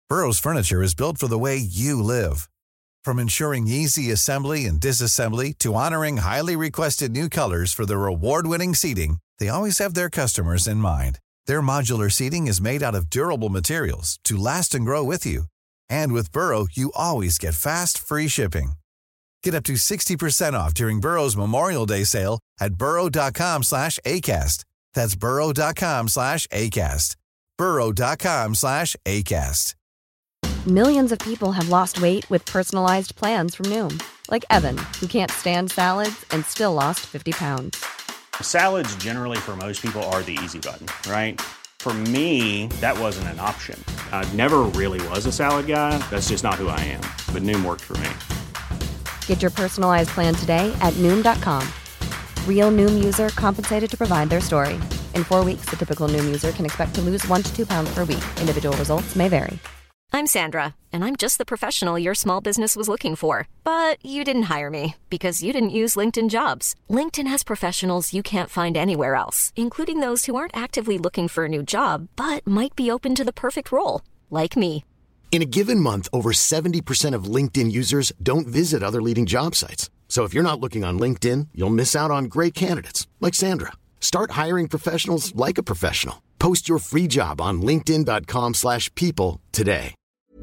Burrow's furniture is built for the way you live. From ensuring easy assembly and disassembly to honoring highly requested new colors for their award-winning seating, they always have their customers in mind. Their modular seating is made out of durable materials to last and grow with you. And with Burrow, you always get fast, free shipping. Get up to 60% off during Burrow's Memorial Day sale at burrow.com/ACAST. That's burrow.com/ACAST. burrow.com/ACAST. Millions of people have lost weight with personalized plans from Noom. Like Evan, who can't stand salads and still lost 50 pounds. Salads generally for most people are the easy button, right? For me, that wasn't an option. I never really was a salad guy. That's just not who I am. But Noom worked for me. Get your personalized plan today at Noom.com. Real Noom user compensated to provide their story. In 4 weeks, the typical Noom user can expect to lose 1 to 2 pounds per week. Individual results may vary. I'm Sandra, and I'm just the professional your small business was looking for. But you didn't hire me because you didn't use LinkedIn Jobs. LinkedIn has professionals you can't find anywhere else, including those who aren't actively looking for a new job, but might be open to the perfect role, like me. In a given month, over 70% of LinkedIn users don't visit other leading job sites. So if you're not looking on LinkedIn, you'll miss out on great candidates, like Sandra. Start hiring professionals like a professional. Post your free job on linkedin.com/people today.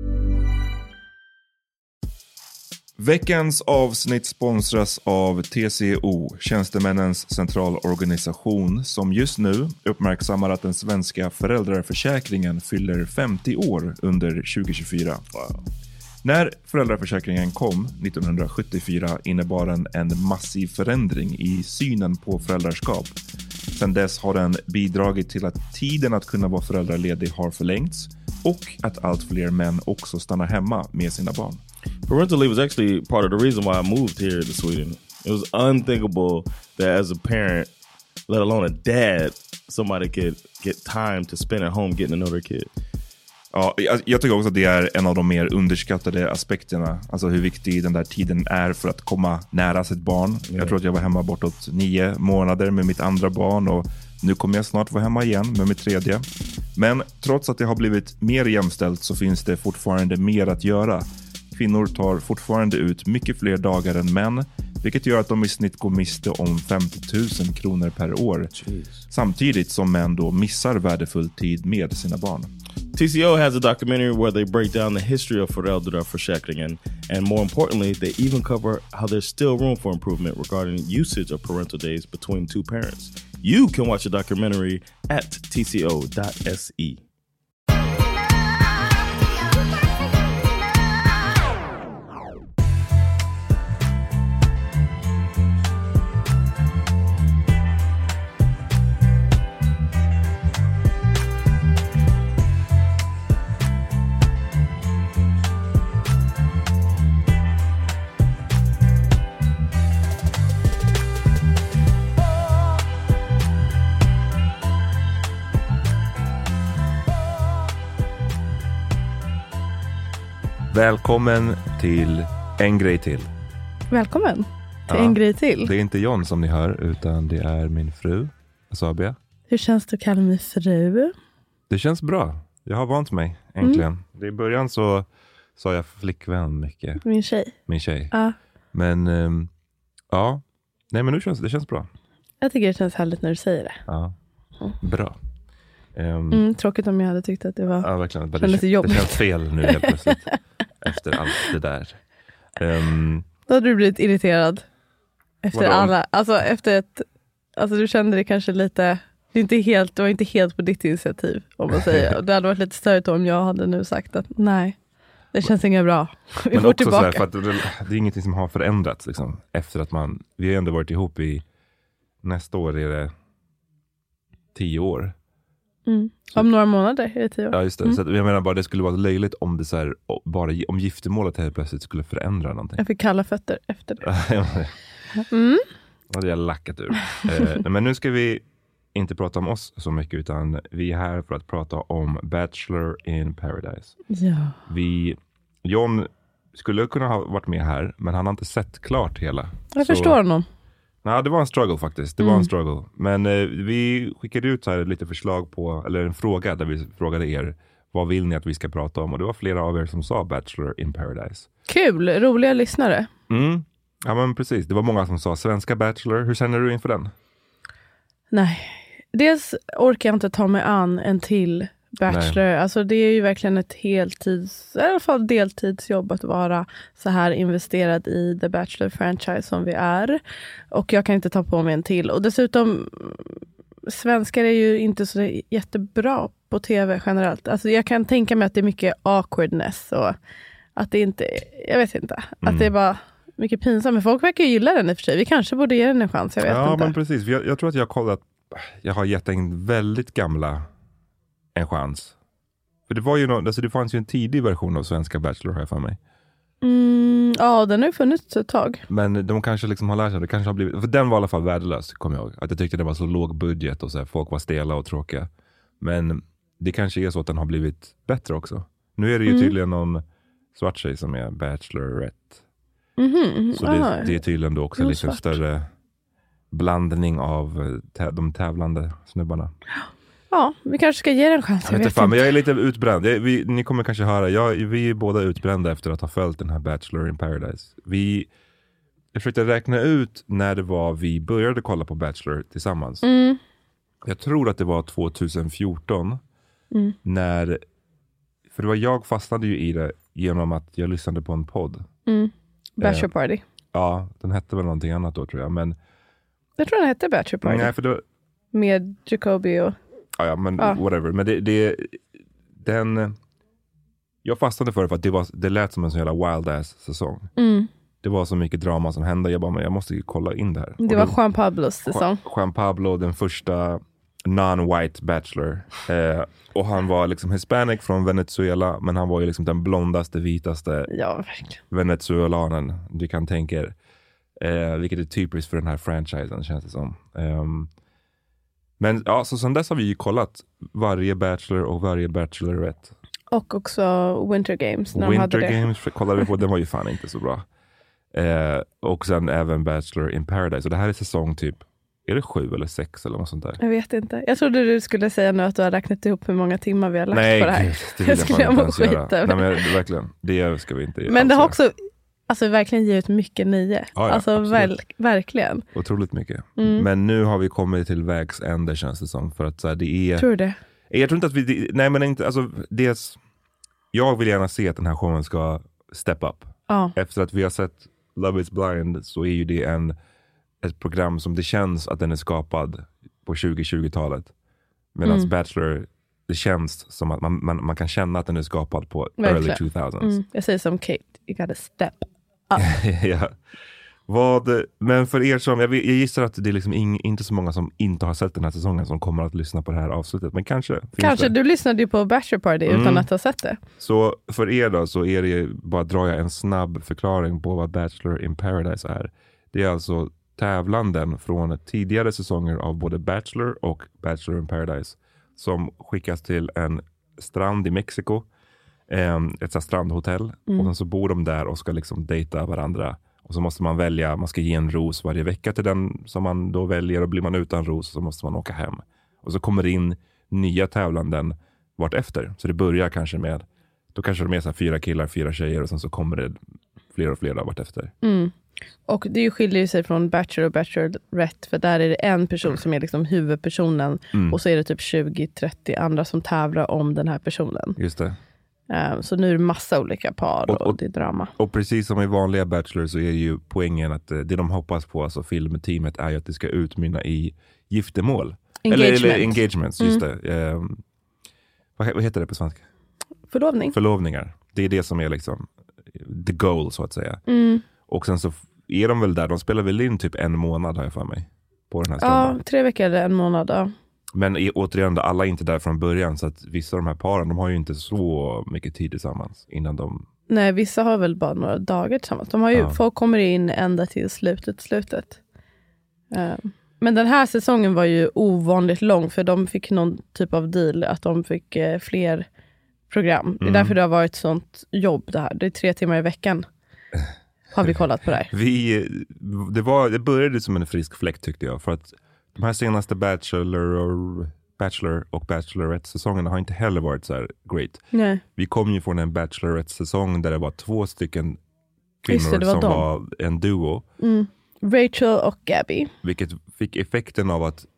Veckans avsnitt sponsras av TCO, Tjänstemännens centralorganisation, som just nu uppmärksammar att den svenska föräldraförsäkringen fyller 50 år under 2024. Wow. När föräldraförsäkringen kom 1974 innebar den en massiv förändring i synen på föräldraskap. Sedan dess har den bidragit till att tiden att kunna vara föräldraledig har förlängts och att allt fler män också stannar hemma med sina barn. Parental leave was actually part of the reason why I moved here to Sweden. It was unthinkable that as a parent, let alone a dad, somebody could get time to spend at home getting to know their kid. Ja, jag tycker också att det är en av de mer underskattade aspekterna. Alltså hur viktig den där tiden är för att komma nära sitt barn. Yeah. Jag tror att jag var hemma bortåt 9 månader med mitt andra barn och nu kommer jag snart vara hemma igen med mitt tredje. Men trots att det har blivit mer jämställt så finns det fortfarande mer att göra. Kvinnor tar fortfarande ut mycket fler dagar än män, vilket gör att de i snitt går miste om 50 000 kronor per år. Jeez. Samtidigt som män då missar värdefull tid med sina barn. TCO has a documentary where they break down the history of föräldraförsäkringen, and more importantly, they even cover how there's still room for improvement regarding usage of parental days between two parents. You can watch the documentary at tco.se. Välkommen till En grej till. Välkommen till En grej till. Det är inte John som ni hör, utan det är min fru, Asabia. Hur känns det att kalla mig fru? Det känns bra. Jag har vant mig, äntligen. I början så sa jag flickvän mycket. Min tjej. Ja. Men, ja. Nej, men nu känns det känns bra. Jag tycker det känns härligt när du säger det. Ja, bra. Tråkigt om jag hade tyckt att det var... Ja, verkligen. Det känns fel nu helt plötsligt. Efter allt det där. Då hade du blivit irriterad. Efter vadå? alla... Alltså efter ett... Alltså du kände det kanske lite... Det var inte helt på ditt initiativ, om man säger. Det hade varit lite störigt om jag hade nu sagt att nej, det känns inget bra. Vi men får också tillbaka. så här, för att det är ingenting som har förändrats liksom, efter att vi har ändå varit ihop i nästa år är det 10 år. Om några månader är det 10 år. Ja, just det. Så att, jag menar bara, det skulle vara löjligt om det så här, bara om giftermålet helt plötsligt skulle förändra någonting. Jag fick kalla fötter efter det. Då hade jag lackat ur. Men nu ska vi inte prata om oss så mycket, utan vi är här för att prata om Bachelor in Paradise. Ja. John skulle kunna ha varit med här, men han har inte sett klart hela. Jag förstår honom. Nej, det var en struggle faktiskt. Det var en struggle. Men vi skickade ut här lite förslag på, eller en fråga där vi frågade er, vad vill ni att vi ska prata om? Och det var flera av er som sa Bachelor in Paradise. Kul, roliga lyssnare. Ja men precis, det var många som sa svenska Bachelor. Hur känner du inför den? Nej, dels orkar jag inte ta mig an en till Bachelor. Nej. Alltså det är ju verkligen ett heltids, i alla fall deltidsjobb att vara så här investerad i The Bachelor-franchise som vi är. Och jag kan inte ta på mig en till. Och dessutom, svenskar är ju inte så jättebra på tv generellt. Alltså jag kan tänka mig att det är mycket awkwardness och att det inte, jag vet inte, att det är bara mycket pinsamt. Men folk verkar ju gilla den i och för sig. Vi kanske borde ge den en chans, jag vet inte. Ja men precis, jag tror att jag har kollat, jag har gett en väldigt gamla en chans. För det var ju alltså det fanns ju en tidig version av svenska Bachelor här för mig. Ja, den har ju funnits ett tag. Men de kanske liksom har lärt sig, det kanske har blivit, för den var i alla fall värdelös, kommer jag ihåg. Att jag tyckte det var så låg budget och så här, folk var stela och tråkiga. Men det kanske är så att den har blivit bättre också. Nu är det ju tydligen någon svart tjej som är Bachelorette. Så det är tydligen då också lite större blandning av de tävlande snubbarna. Ja, vi kanske ska ge den en chans. Jag vet inte. Men jag är lite utbränd. Ni kommer kanske höra, vi är båda utbrända efter att ha följt den här Bachelor in Paradise. Jag försökte räkna ut när det var vi började kolla på Bachelor tillsammans. Jag tror att det var 2014. För det var jag fastnade ju i det genom att jag lyssnade på en podd. Bachelor Party. Ja, den hette väl någonting annat då tror jag. Men jag tror den hette Bachelor Party. Nej, för då, med Jacobi och... Ja, men whatever. Men jag fastnade för det för att det lät som en sån jävla wild ass säsong. Det var så mycket drama som hände. Jag bara, men jag måste ju kolla in det här. Det var Juan Pablos säsong. Juan Pablo, den första non-white bachelor. Och han var liksom hispanic från Venezuela. Men han var ju liksom den blondaste, vitaste venezuelanen du kan tänka er. Vilket är typiskt för den här franchisen, känns det som. Men ja, så sen dess har vi ju kollat varje Bachelor och varje Bachelorette. Och också Winter Games. När Winter Games kollade vi på, den var ju fan inte så bra. Och sen även Bachelor in Paradise. Och det här är säsong typ, är det 7 eller 6 eller något sånt där? Jag vet inte. Jag trodde du skulle säga nu att du har räknat ihop hur många timmar vi har lagt på det här. Nej, det vill jag fan inte ens göra. Nej, men verkligen, det ska vi inte göra. Men det har också... Alltså verkligen givit mycket 9. Ja, alltså verkligen. Otroligt mycket. Men nu har vi kommit till vägs ände, känns det som. För att så här, det är... Tror du det? Jag tror inte att vi... Nej men inte... Alltså, jag vill gärna se att den här showen ska step up. Efter att vi har sett Love is Blind så är ju det ett program som det känns att den är skapad på 2020-talet. Medan Bachelor, det känns som att man kan känna att den är skapad på early 2000s. Jag säger som Kate, you gotta step up. Ja. Men för er som, jag gissar att det är liksom inte så många som inte har sett den här säsongen som kommer att lyssna på det här avslutet, men kanske du lyssnade ju på Bachelor Party utan att ha sett det. Så för er då så är det bara drar jag en snabb förklaring på vad Bachelor in Paradise är. Det är alltså tävlanden från tidigare säsonger av både Bachelor och Bachelor in Paradise som skickas till en strand i Mexiko, ett strandhotell, och sen så bor de där och ska liksom dejta varandra. Och så måste man välja, man ska ge en ros varje vecka till den som man då väljer, och blir man utan ros så måste man åka hem. Och så kommer det in nya tävlanden vart efter. Så det börjar kanske med, då kanske det är så här 4 killar, 4 tjejer, och sen så kommer det fler och fler vart efter. Och det skiljer ju sig från Bachelor och Bachelorette, för där är det en person som är liksom huvudpersonen, och så är det typ 20-30 andra som tävlar om den här personen. Just det. Så nu är det massa olika par och det är drama. Och precis som i vanliga Bachelor så är ju poängen att det de hoppas på, alltså filmteamet, är ju att det ska utmynna i giftermål. Eller engagements, just det. Vad heter det på svenska? Förlovningar. Det är det som är liksom the goal, så att säga. Och sen så är de väl där, de spelar väl in typ 1 månad, har jag för mig, på den här stunden. Ja, 3 veckor eller 1 månad, ja. Men återigen, alla är inte där från början, så att vissa av de här paren, de har ju inte så mycket tid tillsammans innan de... Nej, vissa har väl bara några dagar tillsammans. De har ju, folk kommer in ända till slutet. Men den här säsongen var ju ovanligt lång, för de fick någon typ av deal att de fick fler program. Det är därför det har varit sånt jobb det här. Det är 3 timmar i veckan. Har vi kollat på det här. Det började som en frisk fläkt, tyckte jag, för att de här senaste Bachelor Bachelor och Bachelorette-säsongerna har inte heller varit så här great. Nej. Vi kom ju från en Bachelorette-säsong där det var 2 stycken Just kvinnor det, var som var en duo. Rachel och Gabby. Vilket fick effekten av att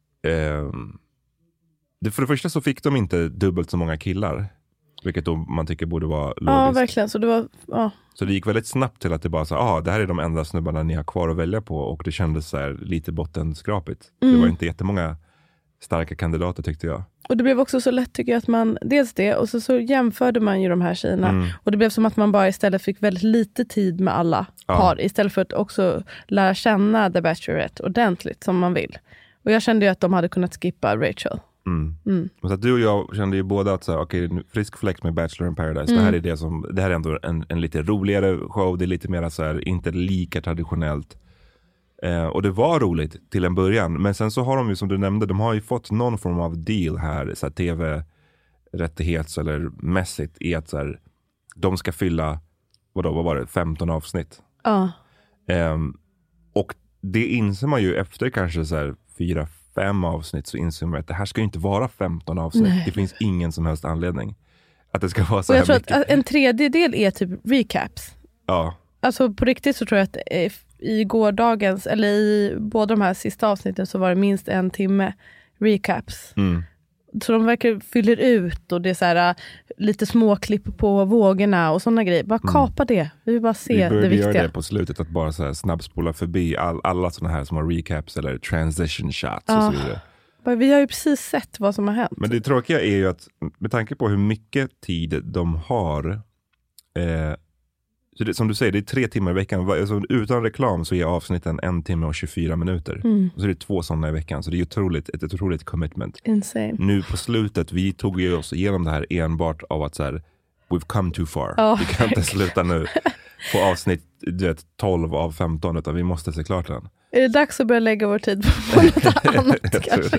för det första så fick de inte dubbelt så många killar. Vilket då man tycker borde vara logiskt. Ja, verkligen. Så det var, Så det gick väldigt snabbt till att det bara så det här är de enda snubbarna ni har kvar att välja på. Och det kändes så här lite bottenskrapigt. Det var inte jättemånga starka kandidater tyckte jag. Och det blev också så lätt tycker jag att man, dels det, och så jämförde man ju de här tjejerna. Och det blev som att man bara istället fick väldigt lite tid med alla par. Istället för att också lära känna The Bachelorette ordentligt som man vill. Och jag kände ju att de hade kunnat skippa Rachel. Så att du och jag kände ju båda att frisk fläkt med Bachelor in Paradise. Det här är ändå en lite roligare show. Det är lite mer så här, inte lika traditionellt. Och det var roligt till en början. Men sen så har de ju, som du nämnde, de har ju fått någon form av deal här, så här tv-rättighets eller mässigt, i att så här, de ska fylla, vad var det, 15 avsnitt. Och det inser man ju efter kanske så här 4-5 avsnitt, så inser man att det här ska ju inte vara 15 avsnitt. Nej. Det finns ingen som helst anledning att det ska vara så här mycket. Jag tror att en tredjedel är typ recaps. Ja. Alltså på riktigt så tror jag att i gårdagens, eller i båda de här sista avsnitten, så var det minst 1 timme recaps. Så de verkar fyller ut, och det är så här lite småklipp på vågorna och sådana grejer. Bara kapa det. Vi vill bara se det viktiga. Vi göra det på slutet, att bara så här snabbspola förbi alla sådana här som har recaps eller transition shots och så vidare. Vi har ju precis sett vad som har hänt. Men det tråkiga är ju att med tanke på hur mycket tid de har, så det, som du säger, det är 3 timmar i veckan. Alltså, utan reklam så är avsnitten 1 timme och 24 minuter. Och så är det 2 sådana i veckan. Så det är ett otroligt commitment. Insane. Nu på slutet, vi tog ju oss igenom det här enbart av att så här, we've come too far. Vi kan inte sluta nu på avsnitt 12 av 15, utan vi måste se klart den. Är det dags att börja lägga vår tid på något annat kanske?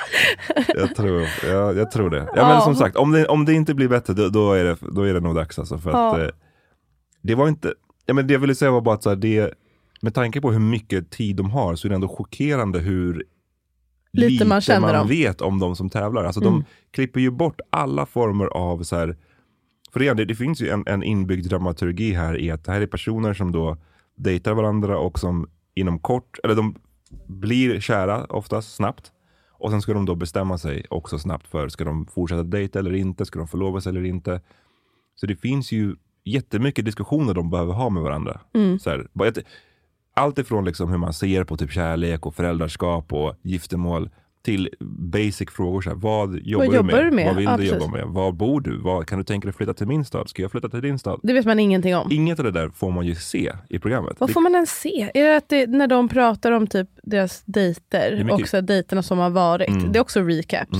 Jag tror det. Ja, men som sagt, om det inte blir bättre, då är det nog dags alltså, för att det var inte, men det jag ville säga var bara att så här, det, med tanke på hur mycket tid de har, så är det ändå chockerande hur lite man vet om de som tävlar. Alltså de klipper ju bort alla former av så här, för det finns ju en inbyggd dramaturgi här i att det här är personer som då dejtar varandra och som inom kort, eller de blir kära oftast snabbt, och sen ska de då bestämma sig också snabbt för, ska de fortsätta dejta eller inte, ska de förlova sig eller inte. Så det finns ju jättemycket diskussioner de behöver ha med varandra. Så här, allt ifrån liksom hur man ser på typ kärlek och föräldraskap och giftermål till basic frågor. Så här, vad jobbar du med? Vad vill du jobba med? Var bor du? Kan du tänka dig flytta till min stad? Ska jag flytta till din stad? Det vet man ingenting om. Inget av det där får man ju se i programmet. Vad får man ens se? Är det att när de pratar om typ deras dejter, också dejterna som har varit, det är också recaps.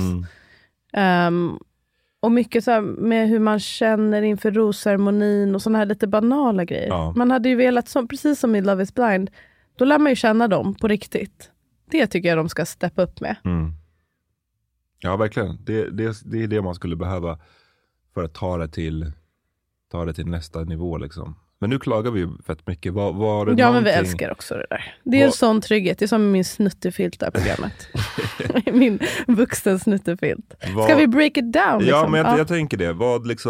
Och mycket så här med hur man känner inför rosceremonin och såna här lite banala grejer. Ja. Man hade ju velat, precis som i Love is blind, då lär man ju känna dem på riktigt. Det tycker jag de ska steppa upp med. Ja, verkligen. Det är det man skulle behöva för att ta det till nästa nivå liksom. Men nu klagar vi ju fett mycket. Var det men vi älskar också det där. Det är en sån trygghet. Det är som min snuttefilt där programmet. Min vuxen snuttefilt. Ska vi break it down? Liksom? Ja, men jag tänker det.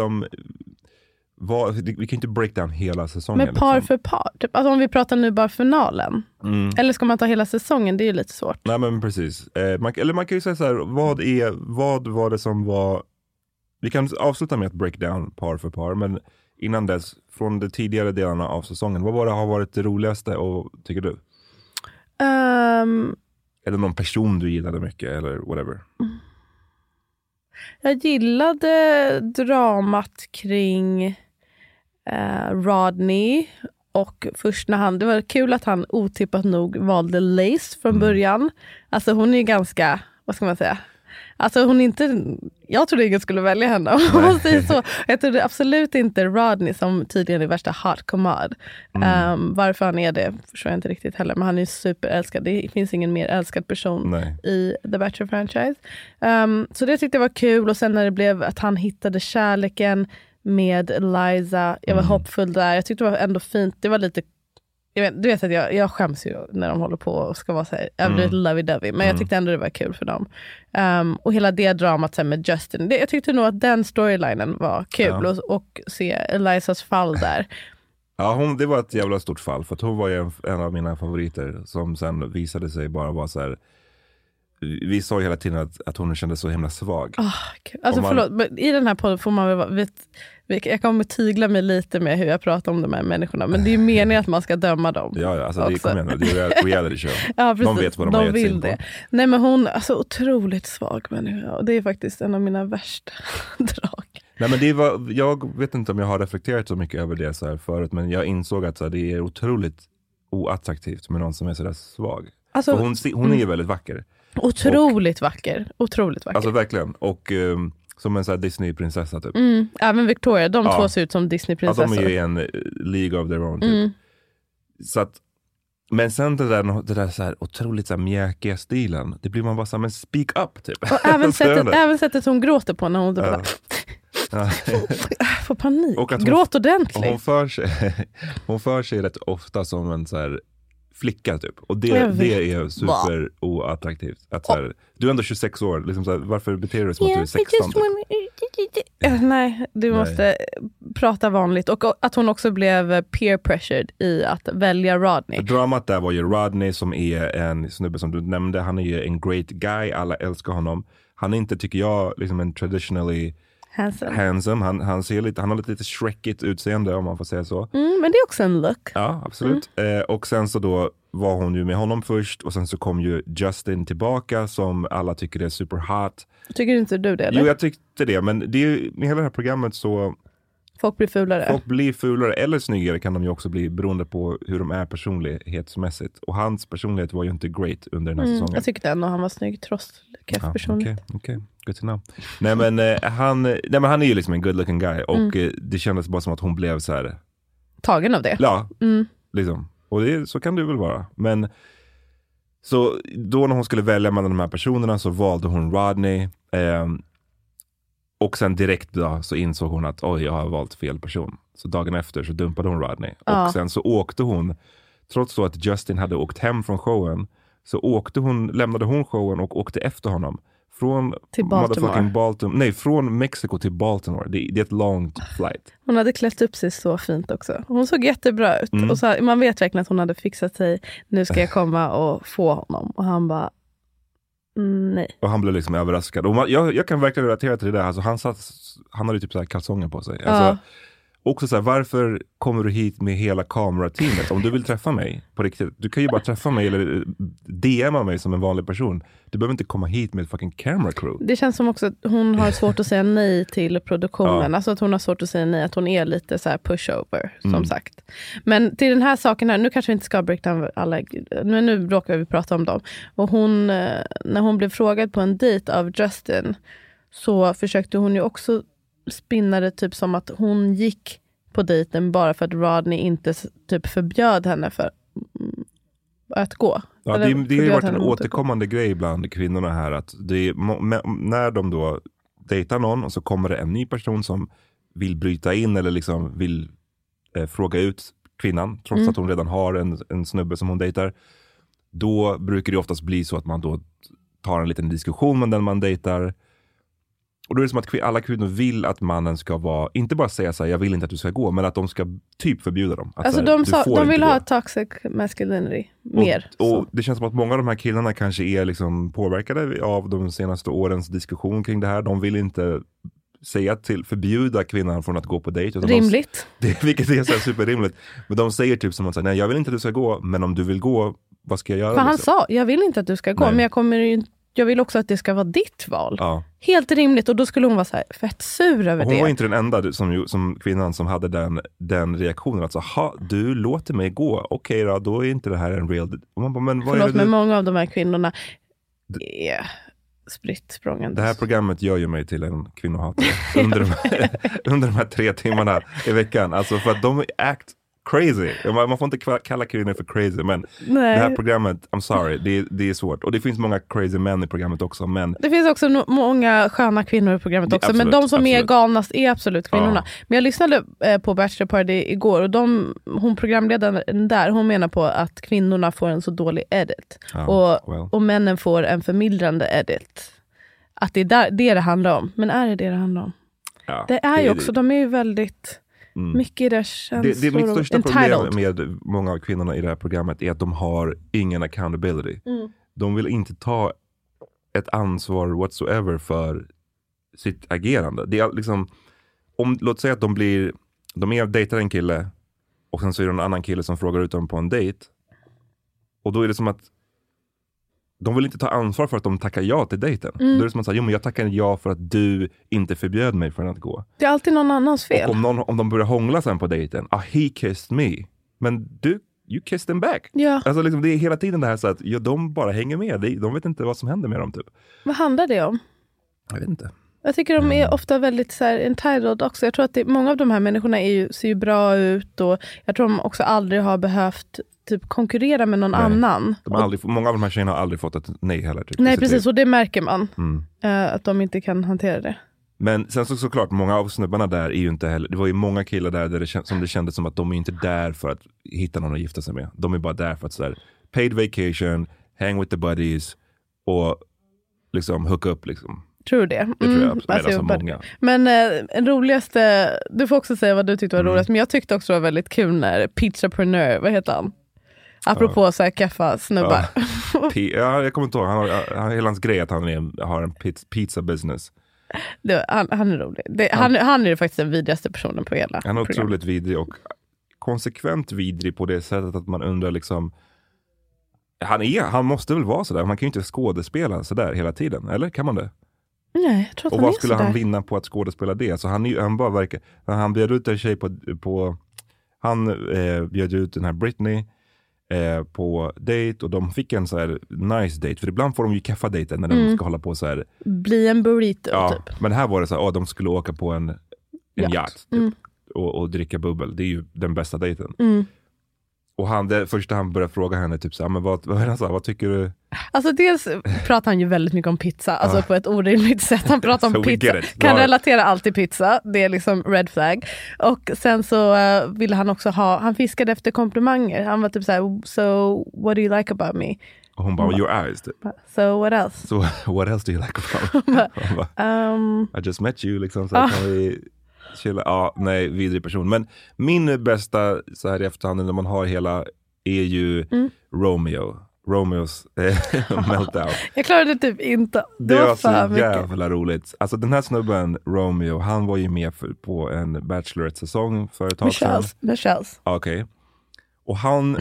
Vi kan inte break down hela säsongen. Men par för par. Typ. Alltså om vi pratar nu bara finalen. Eller ska man ta hela säsongen? Det är ju lite svårt. Nej, men precis. Man kan ju säga så här. Vad var det som var... Vi kan avsluta med att break down par för par. Men innan dess, från de tidigare delarna av säsongen, vad har varit det roligaste, och tycker du? Eller någon person du gillade mycket, eller whatever? Jag gillade dramat kring Rodney, och först när det var kul att han otippat nog valde Lace från början. Alltså hon är ganska, vad ska man säga? Alltså hon jag trodde ingen skulle välja henne. Om man säger så. Jag trodde absolut inte Rodney, som tydligen är värsta hardcommand. Varför han är det förstår jag inte riktigt heller. Men han är superälskad. Det finns ingen mer älskad person i The Bachelor franchise. Så det tyckte jag var kul. Och sen när det blev att han hittade kärleken med Eliza. Jag var hoppfull där. Jag tyckte det var ändå fint. Det var lite du vet att jag skäms ju när de håller på och ska vara så här överdrivet lovey-dovey, men jag tyckte ändå det var kul för dem. Och hela det dramat så här, med Justin, jag tyckte nog att den storylinen var kul och se Elizas fall där. Ja, det var ett jävla stort fall, för att hon var ju en av mina favoriter som sen visade sig bara vara så här. Vi sa ju hela tiden att hon kände så himla svag. Alltså förlåt, men i den här podden får man väl jag kommer tygla mig lite med hur jag pratar om de här människorna, men det är ju meningen att man ska döma dem. Ja, alltså det är reality show. Ja, precis. De vet vad de har gett vill in på. Det. Nej, men hon, alltså otroligt svag människa, och det är faktiskt en av mina värsta drag. Nej, men jag vet inte om jag har reflekterat så mycket över det så här förut, men jag insåg att så här, det är otroligt oattraktivt med någon som är så där svag. Alltså, hon är ju väldigt vacker. Otroligt vacker. Alltså verkligen. Och som en sån här Disney-prinsessa typ. Även Victoria, de två ser ut som Disney-prinsessor. Ja, de är ju en League of their own typ. Så att, men sen det där så här otroligt så här mjäkiga stilen, det blir man bara så här, men speak up typ. Och även sättet hon gråter på när hon bara får panik. Och gråt ordentligt. Och hon för sig rätt ofta som en så här flicka typ. Och det är super oattraktivt. Att så här, du är ändå 26 år. Liksom så här, varför beter du dig som att du är 16? Nej, du måste prata vanligt. Och att hon också blev peer pressured i att välja Rodney. Dramat där var ju Rodney, som är en snubbe som du nämnde. Han är ju en great guy. Alla älskar honom. Han är inte, tycker jag, liksom en traditionally handsome. Han har lite shrekigt utseende, om man får säga så. Men det är också en look. Ja, absolut. Och sen så då var hon ju med honom först, och sen så kom ju Justin tillbaka, som alla tycker är super hot. Tycker inte du det, eller? Jo, jag tyckte det, men det är ju, med hela det här programmet så folk blir fulare eller snyggare kan de ju också bli, beroende på hur de är personlighetsmässigt. Och hans personlighet var ju inte great under den här säsongen. Jag tyckte ändå han var snygg trots personlighet. Okej. Good to know. Nej, men han är ju liksom en good looking guy, och det kändes bara som att hon blev så här tagen av det. Ja, liksom. Och så kan du väl vara. Men så då när hon skulle välja mellan de här personerna så valde hon Rodney. Och sen direkt då så insåg hon att jag har valt fel person. Så dagen efter så dumpade hon Rodney. Och sen så åkte hon, trots då att Justin hade åkt hem från showen, så lämnade hon showen och åkte efter honom. Från från Mexiko till Baltimore. Det är ett långt flight. Hon hade klätt upp sig så fint också. Hon såg jättebra ut. Och så, man vet verkligen att hon hade fixat sig. Nu ska jag komma och få honom. Och han bara, nej. Och han blev liksom överraskad. Och jag kan verkligen relatera till det där. Alltså, han hade typ så här kalsonger på sig. Alltså, också så här, varför kommer du hit med hela kamerateamet? Om du vill träffa mig på riktigt, du kan ju bara träffa mig eller DMa mig som en vanlig person. Du behöver inte komma hit med ett fucking camera crew. Det känns som också att hon har svårt att säga nej till produktionen. Alltså att hon har svårt att säga nej, att hon är lite så här pushover, som sagt. Men till den här saken här, nu kanske vi inte ska breakdown alla, men nu råkar vi prata om dem. Och hon, när hon blev frågad på en dejt av Justin, så försökte hon ju också spinna det typ som att hon gick på dejten bara för att Rodney inte typ förbjöd henne för att gå. Ja, det har ju varit en återkommande grej bland kvinnorna här, att när de då dejtar någon och så kommer det en ny person som vill bryta in eller liksom vill fråga ut kvinnan, trots att hon redan har en snubbe som hon dejtar, då brukar det oftast bli så att man då tar en liten diskussion med den man dejtar. Och då är det som att alla kvinnor vill att mannen ska vara, inte bara säga så här, jag vill inte att du ska gå, men att de ska typ förbjuda dem. Att alltså här, de vill ha toxic masculinity mer. Och det känns som att många av de här killarna kanske är liksom påverkade av de senaste årens diskussion kring det här. De vill inte förbjuda kvinnan från att gå på dejt. Rimligt. Vilket är så här superrimligt. Men de säger typ som att nej, jag vill inte att du ska gå, men om du vill gå, vad ska jag göra? För han sa, jag vill inte att du ska gå, men jag vill också att det ska vara ditt val. Ja. Helt rimligt. Och då skulle hon vara så här fett sur över det. Hon var inte den enda som kvinnan som hade den reaktionen. Alltså, du låter mig gå. Okej då är inte det här en real... Men många av de här kvinnorna är spritt språngande. Det här programmet gör ju mig till en kvinnohatare under de här 3 timmarna i veckan. Alltså för att de act crazy. Man får inte kalla kvinnor för crazy, men det här programmet, I'm sorry, det är svårt. Och det finns många crazy män i programmet också. Men det finns också många sköna kvinnor i programmet också, absolut, men de som är galnast är absolut kvinnorna. Men jag lyssnade på Bachelor Party igår och hon programledaren där, hon menar på att kvinnorna får en så dålig edit och männen får en förmildrande edit. Att det är det handlar om. Men är det handlar om? Ja, det är ju också, de är ju väldigt mycket i det känslor. Det är mitt största problem med många av kvinnorna i det här programmet är att de har ingen accountability. De vill inte ta ett ansvar whatsoever för sitt agerande. Det är liksom, låt säga att de dejtar en kille och sen så är det en annan kille som frågar ut dem på en dejt. Och då är det som att de vill inte ta ansvar för att de tackar ja till dejten. Då är det som att säga, men jag tackar ja för att du inte förbjöd mig från att gå. Det är alltid någon annans fel. Och om de börjar hångla sen på dejten, he kissed me. Men you kissed him back. Ja. Alltså liksom, det är hela tiden det här så att de bara hänger med. De vet inte vad som händer med dem typ. Vad handlar det om? Jag vet inte. Jag tycker de är ofta väldigt så här entitled också. Jag tror att många av de här människorna ser ju bra ut och jag tror de också aldrig har behövt typ konkurrera med någon annan. Många av de här tjejerna har aldrig fått ett nej heller. Typ. Nej, precis. Och det märker man. Att de inte kan hantera det. Men sen såklart, många av snubbarna där är ju inte heller... Det var ju många killar där som det kändes som att de är inte där för att hitta någon att gifta sig med. De är bara där för att sådär, paid vacation, hang with the buddies och liksom hook up liksom. Tror det. Det tror jag alltså många. Men en roligaste, du får också säga vad du tyckte var roligast, men jag tyckte också det var väldigt kul när Pizzapreneur, vad heter han? Apropå så här kaffa snubbar. Ja, jag kommer inte ihåg. Hela hans grej att han har en pizza business. Han är rolig. Han är faktiskt den vidrigaste personen på hela. Han är otroligt vidrig och konsekvent vidrig på det sättet att man undrar liksom... Han måste väl vara sådär. Man kan ju inte skådespela sådär hela tiden. Eller kan man det? Nej, jag tror att och vad skulle han vinna på att skådespela det? Så han bara verkar... Han bjöd ut en tjej på han bjöd ut den här Britney på dejt och de fick en så här nice date. För ibland får de ju kaffa-dejten när de ska hålla på så här... Bli en burrito typ. Men här var det så här, de skulle åka på en yacht typ, och dricka bubbel. Det är ju den bästa dejten. Och det första han började fråga henne typ så här, men vad tycker du? Alltså dels pratar han ju väldigt mycket om pizza, alltså på ett orimligt sätt. Han pratar om pizza, kan relatera allt till pizza, det är liksom red flag. Och sen så ville han också han fiskade efter komplimanger. Han var typ så här, so what do you like about me? Och hon bara, your eyes typ. So what else? So what else do you like about me? I just met you liksom, så kan vi chilla. Nej, vidrig person. Men min bästa så här i efterhand när man har hela är ju Romeos meltdown. Jag klarade typ inte. Det var så jävla roligt. Alltså den här snubben Romeo, han var ju med på en Bachelorette-säsong för ett tag sedan. Michelle's. Okej. Och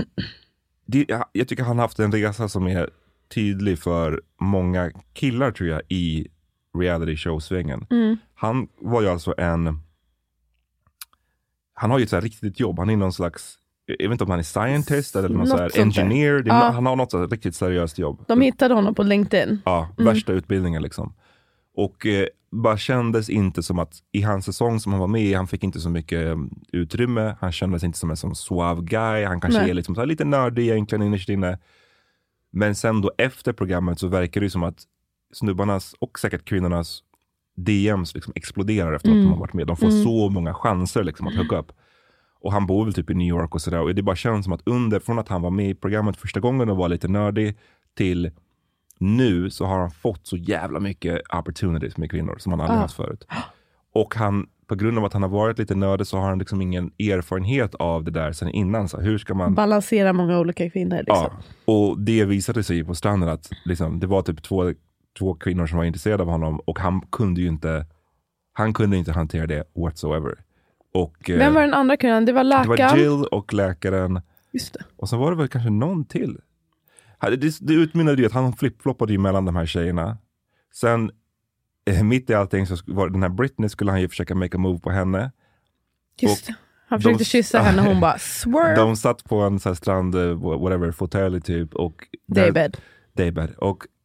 jag tycker han har haft en resa som är tydlig för många killar tror jag i reality show-svängen. Han var ju alltså han har ju ett så här riktigt jobb. Han är någon slags, jag vet inte om han är scientist eller någon så här engineer. Han har något så här riktigt seriöst jobb. De hittade honom på LinkedIn. Ja, värsta utbildningen liksom. Och bara kändes inte som att i hans säsong som han var med i, han fick inte så mycket utrymme. Han kändes inte som en sån suave guy. Han kanske är liksom så här lite nördig egentligen innerst inne. Men sen då efter programmet så verkar det som att snubbarnas och säkert kvinnornas DMs liksom exploderar efter att de har varit med. De får så många chanser liksom att hooka upp. Och han bor väl typ i New York och sådär. Och det bara känns som att från att han var med i programmet första gången och var lite nördig till nu så har han fått så jävla mycket opportunities med kvinnor som han aldrig haft förut. Och på grund av att han har varit lite nördig så har han liksom ingen erfarenhet av det där sen innan. Så hur ska man balansera många olika kvinnor liksom. Ja, och det visade sig på stranden att liksom, det var typ två kvinnor som var intresserade av honom och han kunde inte hantera det whatsoever. Och, vem var den andra kvinnan? Det var läkaren. Det var Jill och läkaren. Just det. Och så var det väl kanske någon till. Det utmynnade ju att han flip-floppade ju mellan de här tjejerna. Sen mitt i allting så var den här Britney skulle han ju försöka make a move på henne. Just det. Han försökte kyssa henne och hon bara swerve. De satt på en så här strand, whatever, fåtölj typ. Och daybed. Och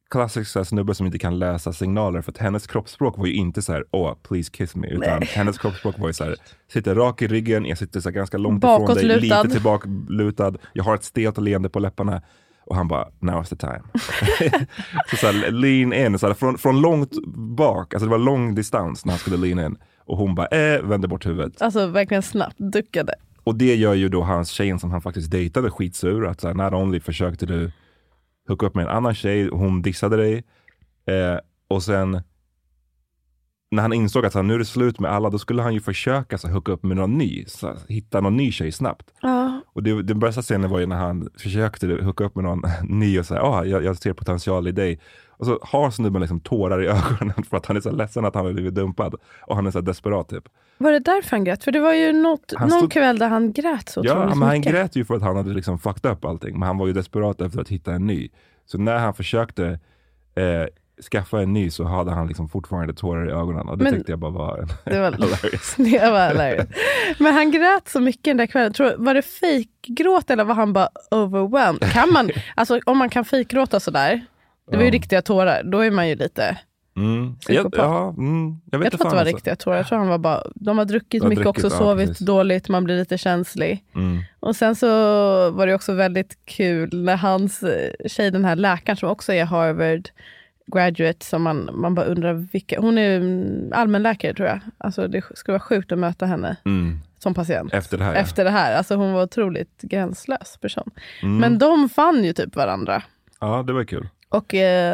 klassisk så här, snubbe som inte kan läsa signaler, för att hennes kroppsspråk var ju inte så här, please kiss me, utan hennes kroppsspråk var ju så här, sitter rak i ryggen, jag sitter så här, ganska långt ifrån dig, lite tillbaka lutad, jag har ett stelt leende på läpparna, och han bara, now's the time. så här, lean in, så här, från långt bak, alltså det var lång distans när han skulle lean in, och hon bara, vände bort huvudet. Alltså verkligen snabbt duckade. Och det gör ju då hans tjejen som han faktiskt dejtade skitsur, att så här, not only försökte du hooka upp med en annan tjej, hon dissade dig, och sen när han insåg att så här, nu är det slut med alla, då skulle han ju försöka så här, hooka upp med någon ny, så här, hitta någon ny tjej snabbt. Och det bästa scenen var ju när han försökte hooka upp med någon ny och säga, jag ser potential i dig. Och så har snubben liksom tårar i ögonen för att han är så ledsen att han har blivit dumpad, och han är så desperat typ. Var det därför han grät? För det var ju någon kväll där han grät så otroligt men han mycket. grät ju för att han hade liksom fucked upp allting. Men han var ju desperat efter att hitta en ny. Så när han försökte skaffa en ny, så hade han liksom fortfarande tårar i ögonen. Och det tyckte jag bara var hilarious. Det var hilarious. Men han grät så mycket den där kvällen. Var det fejkgråt eller var han bara overwhelmed? Kan man, alltså om man kan fejkgråta sådär, det var ju riktiga tårar, då är man ju lite... jag vet jag tror att det var riktiga tårar. Jag tror han var bara, de har druckit mycket också, sovit dåligt, man blir lite känslig. Och sen så var det också väldigt kul när hans tjej, den här läkaren som också är Harvard graduate, som man bara undrar vilka, hon är allmänläkare tror jag. Alltså det skulle vara sjukt att möta henne som patient. Efter det här. Alltså hon var otroligt gränslös person. Men de fann ju typ varandra. Ja, det var kul. Och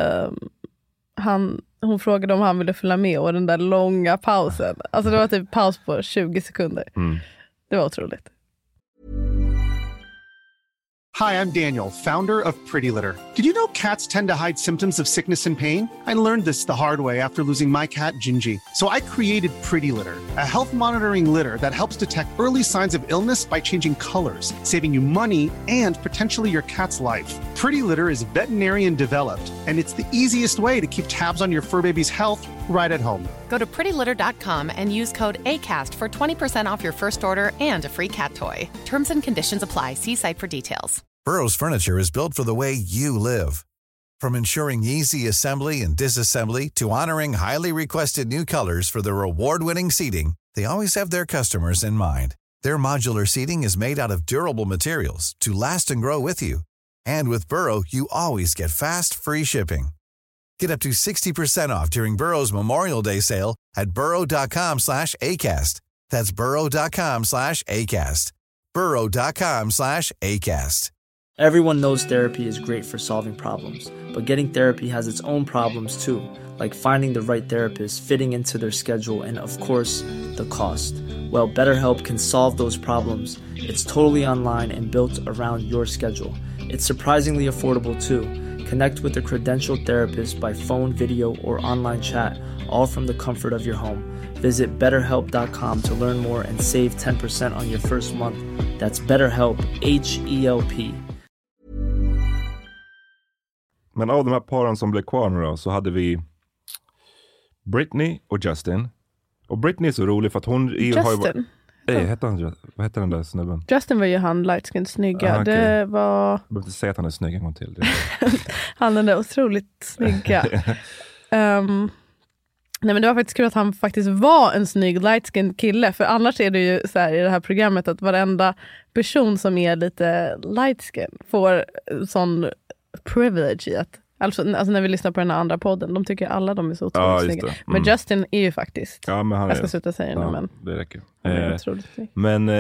hon frågade om han ville följa med, och den där långa pausen. Alltså det var typ paus på 20 sekunder. Det var otroligt. Hi, I'm Daniel, founder of Pretty Litter. Did you know cats tend to hide symptoms of sickness and pain? I learned this the hard way after losing my cat, Gingy. So I created Pretty Litter, a health monitoring litter that helps detect early signs of illness by changing colors, saving you money and potentially your cat's life. Pretty Litter is veterinarian developed, and it's the easiest way to keep tabs on your fur baby's health right at home. Go to prettylitter.com and use code ACAST for 20% off your first order and a free cat toy. Terms and conditions apply. See site for details. Burrow's furniture is built for the way you live. From ensuring easy assembly and disassembly to honoring highly requested new colors for their award-winning seating, they always have their customers in mind. Their modular seating is made out of durable materials to last and grow with you. And with Burrow, you always get fast, free shipping. Get up to 60% off during Burrow's Memorial Day sale at burrow.com/ACAST. That's burrow.com/ACAST. burrow.com/ACAST. Everyone knows therapy is great for solving problems, but getting therapy has its own problems too, like finding the right therapist, fitting into their schedule, and of course, the cost. Well, BetterHelp can solve those problems. It's totally online and built around your schedule. It's surprisingly affordable too. Connect with a credentialed therapist by phone, video, or online chat, all from the comfort of your home. Visit BetterHelp.com to learn more and save 10% on your first month. That's BetterHelp, H-E-L-P. Men av de här paren som blev kvar nu då, så hade vi Britney och Justin. Och Britney är så rolig för att hon... Justin? Vad heter den där snubben? Justin var ju han light-skinned snygga. Okay. Det var... Jag behöver inte säga att han är snygg en gång till. Han är där otroligt snygga. Nej, men det var faktiskt kul att han faktiskt var en snygg light-skinned kille. För annars är det ju så här i det här programmet att varenda person som är lite light-skinned får sån privilege i att... Alltså när vi lyssnar på den här andra podden, de tycker alla de är så otroligt snygga. Men Justin är ju faktiskt... Ja, men han jag ska sluta säga det, men... Det räcker. Han är otroligt snygg. Men...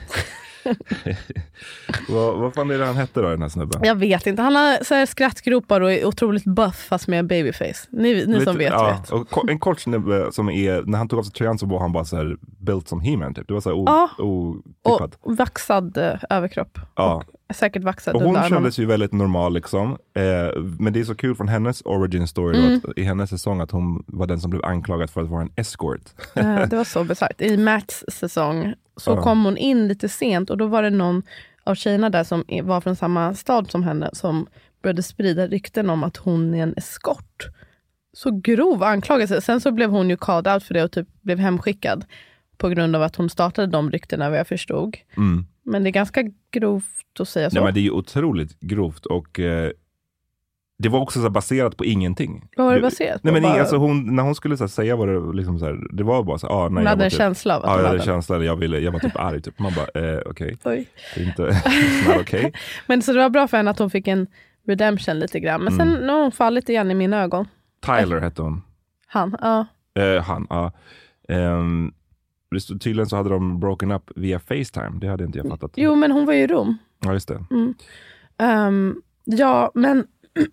vad fan är det han hette då, den här snubben? Jag vet inte. Han har så här skrattgropar och är otroligt buff fast med babyface. Ni som vet. Och en kort snubbe som är, när han tog av sig tröjan så var han bara så här built som He-Man typ. Det var så här otippad. Och vaxad överkropp. Ja. Och säkert vaxad. Och hon kändes ju väldigt normal liksom. Men det är så kul från hennes origin story då, att i hennes säsong att hon var den som blev anklagad för att vara en escort. Det var så besagt. I Matts säsong så kom hon in lite sent och då var det någon av tjejerna där som var från samma stad som henne som började sprida rykten om att hon är en eskort. Så grov anklagelse. Sen så blev hon ju called out för det och typ blev hemskickad på grund av att hon startade de ryktena, vad jag förstod. Men det är ganska grovt att säga så. Ja, men det är ju otroligt grovt och det var också så baserat på ingenting. Vad var det baserat på? Nej, men alltså när hon skulle så säga vad det liksom så här, det var bara så nej, hon hade en känsla av att jag hade en känsla, jag var typ arg typ. Man bara okej. Det är inte okej. Men så det var bra för henne att hon fick en redemption lite grann. Men sen nu har hon fallit igen i mina ögon. Tyler hette hon. Han. Tydligen så hade de broken up via FaceTime. Det hade inte jag fattat. Jo, men hon var ju i Rom. Ja, just det. Ja, men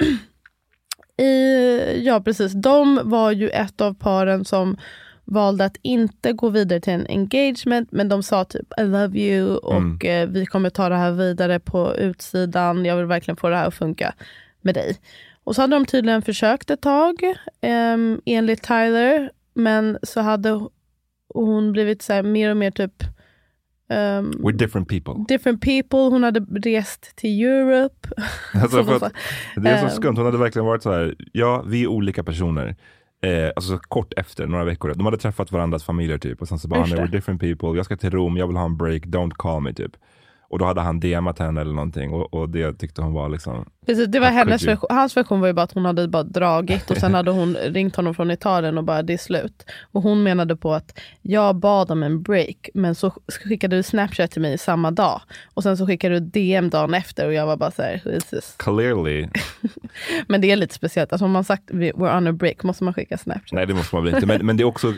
ja, precis. De var ju ett av paren som valde att inte gå vidare till en engagement, men de sa typ I love you och vi kommer ta det här vidare på utsidan. Jag vill verkligen få det här att funka med dig. Och så hade de tydligen försökt ett tag enligt Tyler, men så hade hon blivit så här mer och mer typ we're different people. Hon hade rest till Europe. Alltså det är så skumt. Hon hade verkligen varit så här, ja, vi är olika personer. Alltså kort efter, några veckor. De hade träffat varandras familjer typ. Och sen så bara, we're different people. Jag ska till Rom, jag vill ha en break. Don't call me typ. Och då hade han DMat henne eller någonting. Och det tyckte hon var liksom... Precis, det var hennes version. Hans version var ju bara att hon hade bara dragit. Och sen hade hon ringt honom från Italien och bara, det är slut. Och hon menade på att jag bad om en break. Men så skickade du Snapchat till mig samma dag. Och sen så skickade du DM dagen efter. Och jag var bara så här, who is this? Clearly. Men det är lite speciellt. Alltså om man sagt, we're on a break, måste man skicka Snapchat. Nej, det måste man väl inte. Men det är också...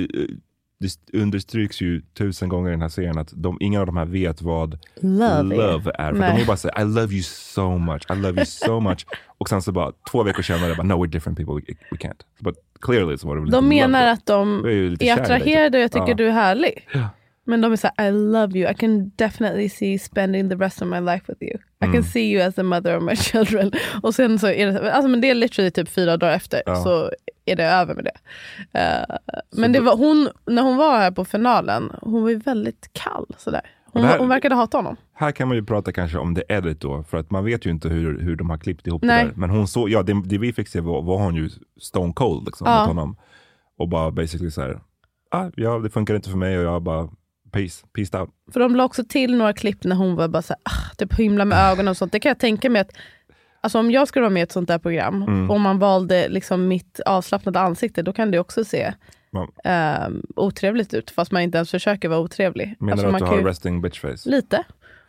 det understryks ju 1000 gånger i den här serien att ingen av de här vet vad love är. För de är bara så I love you so much. I love you so much. Och sen så bara 2 veckor senare bara, no, we're different people. We can't. But clearly so var det de menar att de är attraherade och jag tycker du är härlig. Ja. Men de är så här, I love you. I can definitely see spending the rest of my life with you. I can see you as the mother of my children. Och sen så är det, alltså men det är literally typ 4 dagar efter så är det över med det. Men det var hon, när hon var här på finalen, hon var ju väldigt kall sådär. Hon verkade hata honom. Här kan man ju prata kanske om det edit då, för att man vet ju inte hur de har klippt ihop det där. Men hon såg, det vi fick se var hon ju stone cold liksom, mot honom. Och bara basically så här, det funkar inte för mig och jag bara peace out. För de la också till några klipp när hon var bara så här, typ himla med ögonen och sånt. Det kan jag tänka mig att alltså om jag skulle vara med i ett sånt där program och man valde liksom mitt avslappnade ansikte, då kan det också se otrevligt ut fast man inte ens försöker vara otrevlig. Menar alltså, du att du har resting bitch face? Lite.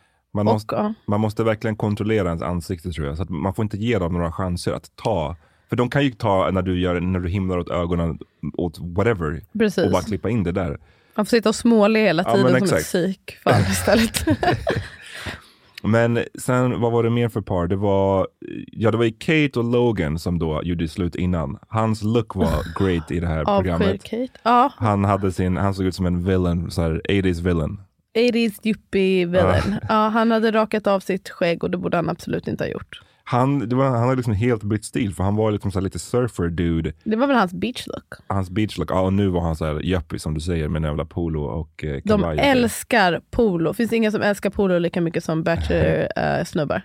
Man måste verkligen kontrollera ens ansikte tror jag. Så att man får inte ge dem några chanser att ta. För de kan ju ta när du himlar åt ögonen åt whatever. Precis. Och bara klippa in det där. Man får sitta och småle hela tiden som ett psykfall istället. Men sen, vad var det mer för par? Det var ju Kate och Logan som då gjorde slut innan. Hans look var great i det här programmet. Ja. Han såg ut som en villain, så här 80s villain. 80s yuppie villain. Ja, han hade rakat av sitt skägg och det borde han absolut inte ha gjort. Han hade liksom helt bytt stil för han var liksom så lite surfer dude. Det var väl hans beach look. Ja, och nu var han så här yuppie som du säger med en jävla polo och de älskar polo. Finns ingen som älskar polo lika mycket som bachelor snubbar.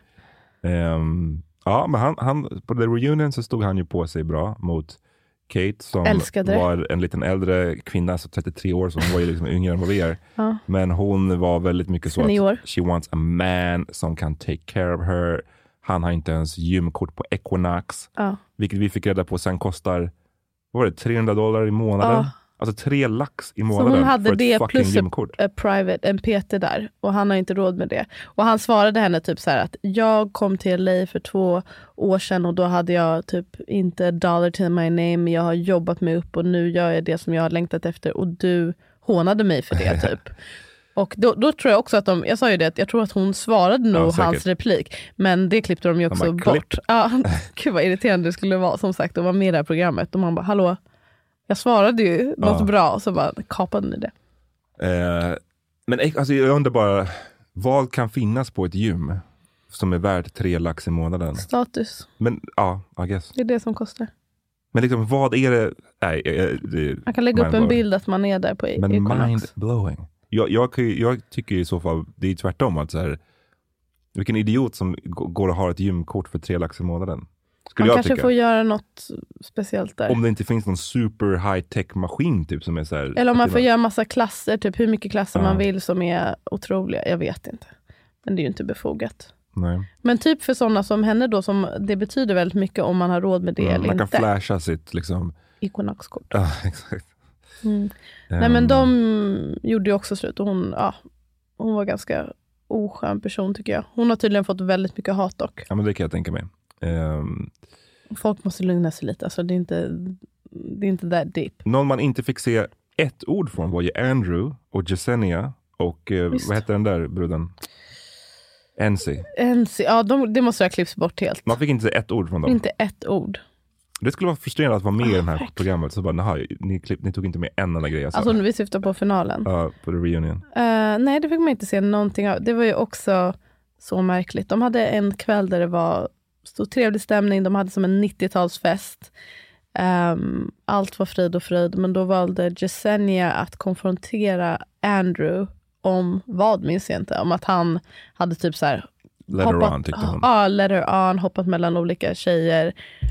Ja, men han på The Reunion så stod han ju på sig bra mot Kate som var en liten äldre kvinna, så 33 år, så hon var ju liksom yngre än vad vi är. Men hon var väldigt mycket så att she wants a man som kan take care of her. Han har inte ens gymkort på Equinox. Vilket vi fick reda på sen kostar, vad var det, $300 i månaden? Alltså 3 lax i månaden. Så hon hade för det ett fucking plus gymkort. En PT där. Och han har inte råd med det. Och han svarade henne typ så här att jag kom till LA för 2 år sedan och då hade jag typ inte $1 till my name. Jag har jobbat mig upp och nu gör jag det som jag har längtat efter. Och du hånade mig för det typ. Och då tror jag också att jag sa ju det, att jag tror att hon svarade nog hans replik. Men det klippte de ju också bort. Ja, gud vad irriterande det skulle vara, som sagt, att vara med i det här programmet. Och man bara, hallå, jag svarade ju något bra, och så bara kapade ni det. Men alltså, jag undrar bara, vad kan finnas på ett gym som är värt 3 lax i månaden? Status. Men I guess. Det är det som kostar. Men liksom, vad är det? Nej, man kan lägga upp en bild att man är där på men mind-blowing. Jag tycker i så fall det är tvärtom, att så här, vilken idiot som går och har ett gymkort för 3 lax i månaden. Man kanske får göra något speciellt där. Om det inte finns någon super high-tech maskin typ som är så här, eller om man får göra massa klasser, typ hur mycket klasser man vill som är otroliga. Jag vet inte. Men det är ju inte befogat. Nej. Men typ för sådana som henne då, som det betyder väldigt mycket om man har råd med det eller inte. Man kan flasha sitt liksom... Equinox-kort. Ja, exakt. Nej, men de gjorde ju också slut och hon var ganska oskön person tycker jag. Hon har tydligen fått väldigt mycket hat dock. Ja, men det kan jag tänka mig. Folk måste lugna sig lite. Alltså, det är inte that deep. Någon man inte fick se ett ord från var ju Andrew och Yesenia och vad heter den där bruden? NC. Ja, det måste ha klippts bort helt. Man fick inte se ett ord från dem. Inte ett ord. Det skulle vara frustrerande att vara med i det här programmet. Så bara, ni tog inte med en enda grej. Alltså vi syftar på finalen. Ja, på the reunion. Nej, det fick man inte se någonting av. Det var ju också så märkligt. De hade en kväll där det var stor trevlig stämning. De hade som en 90-talsfest. Allt var frid och fröjd. Men då valde Yesenia att konfrontera Andrew om vad, minns jag inte. Om att han hade typ så här Later on tyckte hon. Ja, later on, hoppat mellan olika tjejer.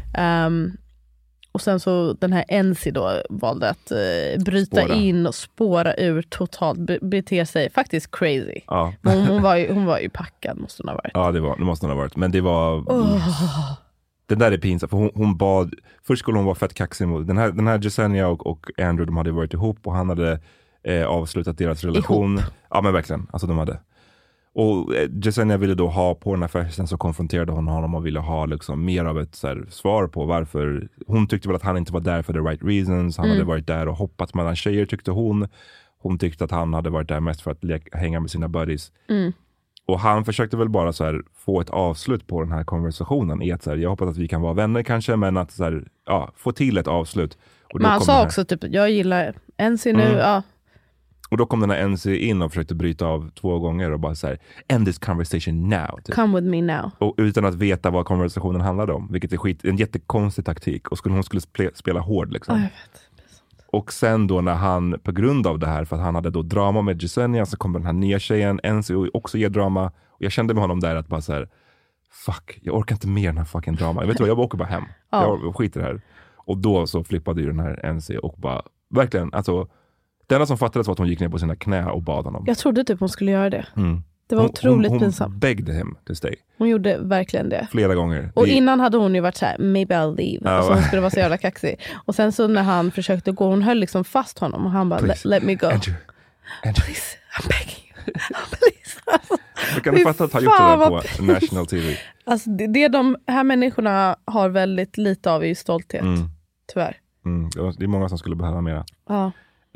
Och sen så den här NC då valde att bryta in och spåra ur totalt, bete sig faktiskt crazy. Ja. Hon var ju packad, måste hon ha varit. Ja, det måste hon ha varit. Men det var... Den där är pinsamt, för hon bad... Först skulle hon vara fett kaxig mot... Den här Yesenia och Andrew, de hade varit ihop och han hade avslutat deras relation. Ihop. Ja, men verkligen. Alltså de hade... Och Yesenia ville då ha på den här festen, så konfronterade hon honom och ville ha liksom mer av ett så här, svar på varför. Hon tyckte väl att han inte var där för the right reasons. Han hade varit där och hoppat mellan tjejer, tyckte hon. Hon tyckte att han hade varit där mest för att hänga med sina buddies. Och han försökte väl bara så här, få ett avslut på den här konversationen. I att, så här, jag hoppas att vi kan vara vänner kanske, men att så här, få till ett avslut. Och men han sa också typ, jag gillar NC nu, Och då kom den här NC in och försökte bryta av 2 gånger och bara så här, end this conversation now. Typ. Come with me now. Och utan att veta vad konversationen handlade om. Vilket är en jättekonstig taktik. Och hon skulle spela hård liksom. Jag vet. Och sen då när han, på grund av det här, för att han hade då drama med Yesenia, så kommer den här nya tjejen, NC, och också ge drama. Och jag kände med honom där att bara så här, fuck, jag orkar inte mer den här fucking drama. Jag vet vad, jag åker bara hem. Jag skiter det här. Och då så flippade ju den här NC och bara, verkligen, alltså... Det enda som fattades var att hon gick ner på sina knä och bad honom. Jag trodde typ hon skulle göra det. Det var otroligt pinsamt. Hon begged him to stay. Hon gjorde verkligen det. Flera gånger. Och innan hade hon ju varit så här, maybe I'll leave. Alltså hon skulle vara så jävla kaxig. Och sen så när han försökte gå, hon höll liksom fast honom. Och han bara, let me go. Andrew. Please, I'm begging you. Please. Alltså, jag kan fatta att ha gjort det där på national TV. Alltså det de här människorna har väldigt lite av i stolthet. Tyvärr. Det är många som skulle behöva mera. Ja.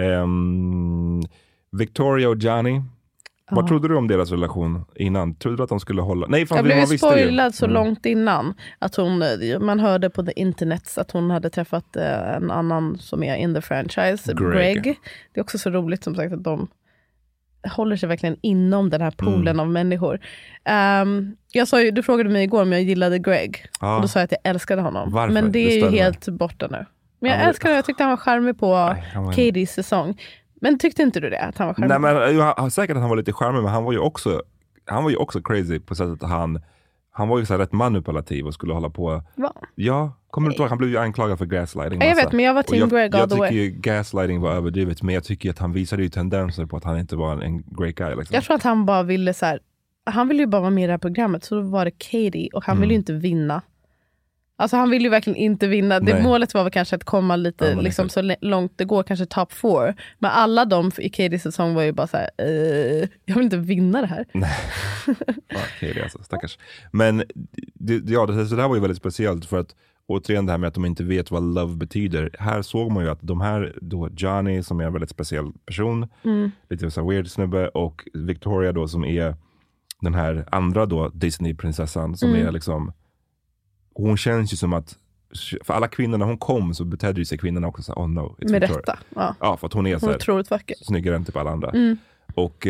Victoria och Johnny. Vad trodde du om deras relation innan? Trodde du att de skulle hålla? Nej, jag blev spoilad så långt innan att man hörde på the internet att hon hade träffat en annan som är in the franchise, Greg. Det är också så roligt som sagt att de håller sig verkligen inom den här poolen av människor. Du frågade mig igår om jag gillade Greg. Och då sa jag att jag älskade honom. Varför? Men det är ju helt borta nu. Men jag älskar det. Jag tyckte han var charmig på Katie's säsong. Men tyckte inte du det? Att han var charmig? Nej, men jag säkert att han var lite charmig, men han var ju också crazy på sättet att han var ju så här rätt manipulativ och skulle hålla på. Va? Ja, kommer du inte ihåg? Han blev ju anklagad för gaslighting. Jag vet, men jag var team Greg all the way. Jag tycker ju gaslighting var överdrivet, men jag tycker att han visade ju tendenser på att han inte var en great guy. Liksom. Jag tror att han bara ville så här, han ville ju bara vara med i det här programmet, så då var det Katie och han ville ju inte vinna. Alltså han vill ju verkligen inte vinna. Det målet var väl kanske att komma lite liksom, så långt det går, kanske top 4. Men alla de i Katie's säsong var ju bara så här, jag vill inte vinna det här. Nej. Katie alltså, stackars. Men det här var ju väldigt speciellt för att återigen det här med att de inte vet vad love betyder. Här såg man ju att de här då, Johnny som är en väldigt speciell person, lite så weird snubbe, och Victoria då som är den här andra då Disney-prinsessan som är liksom, hon känns ju som att för alla kvinnor när hon kom så betedde sig kvinnorna också så här, oh no, it's med Victoria. rätta. Ja, för att hon är så här snyggare än typ alla andra. Och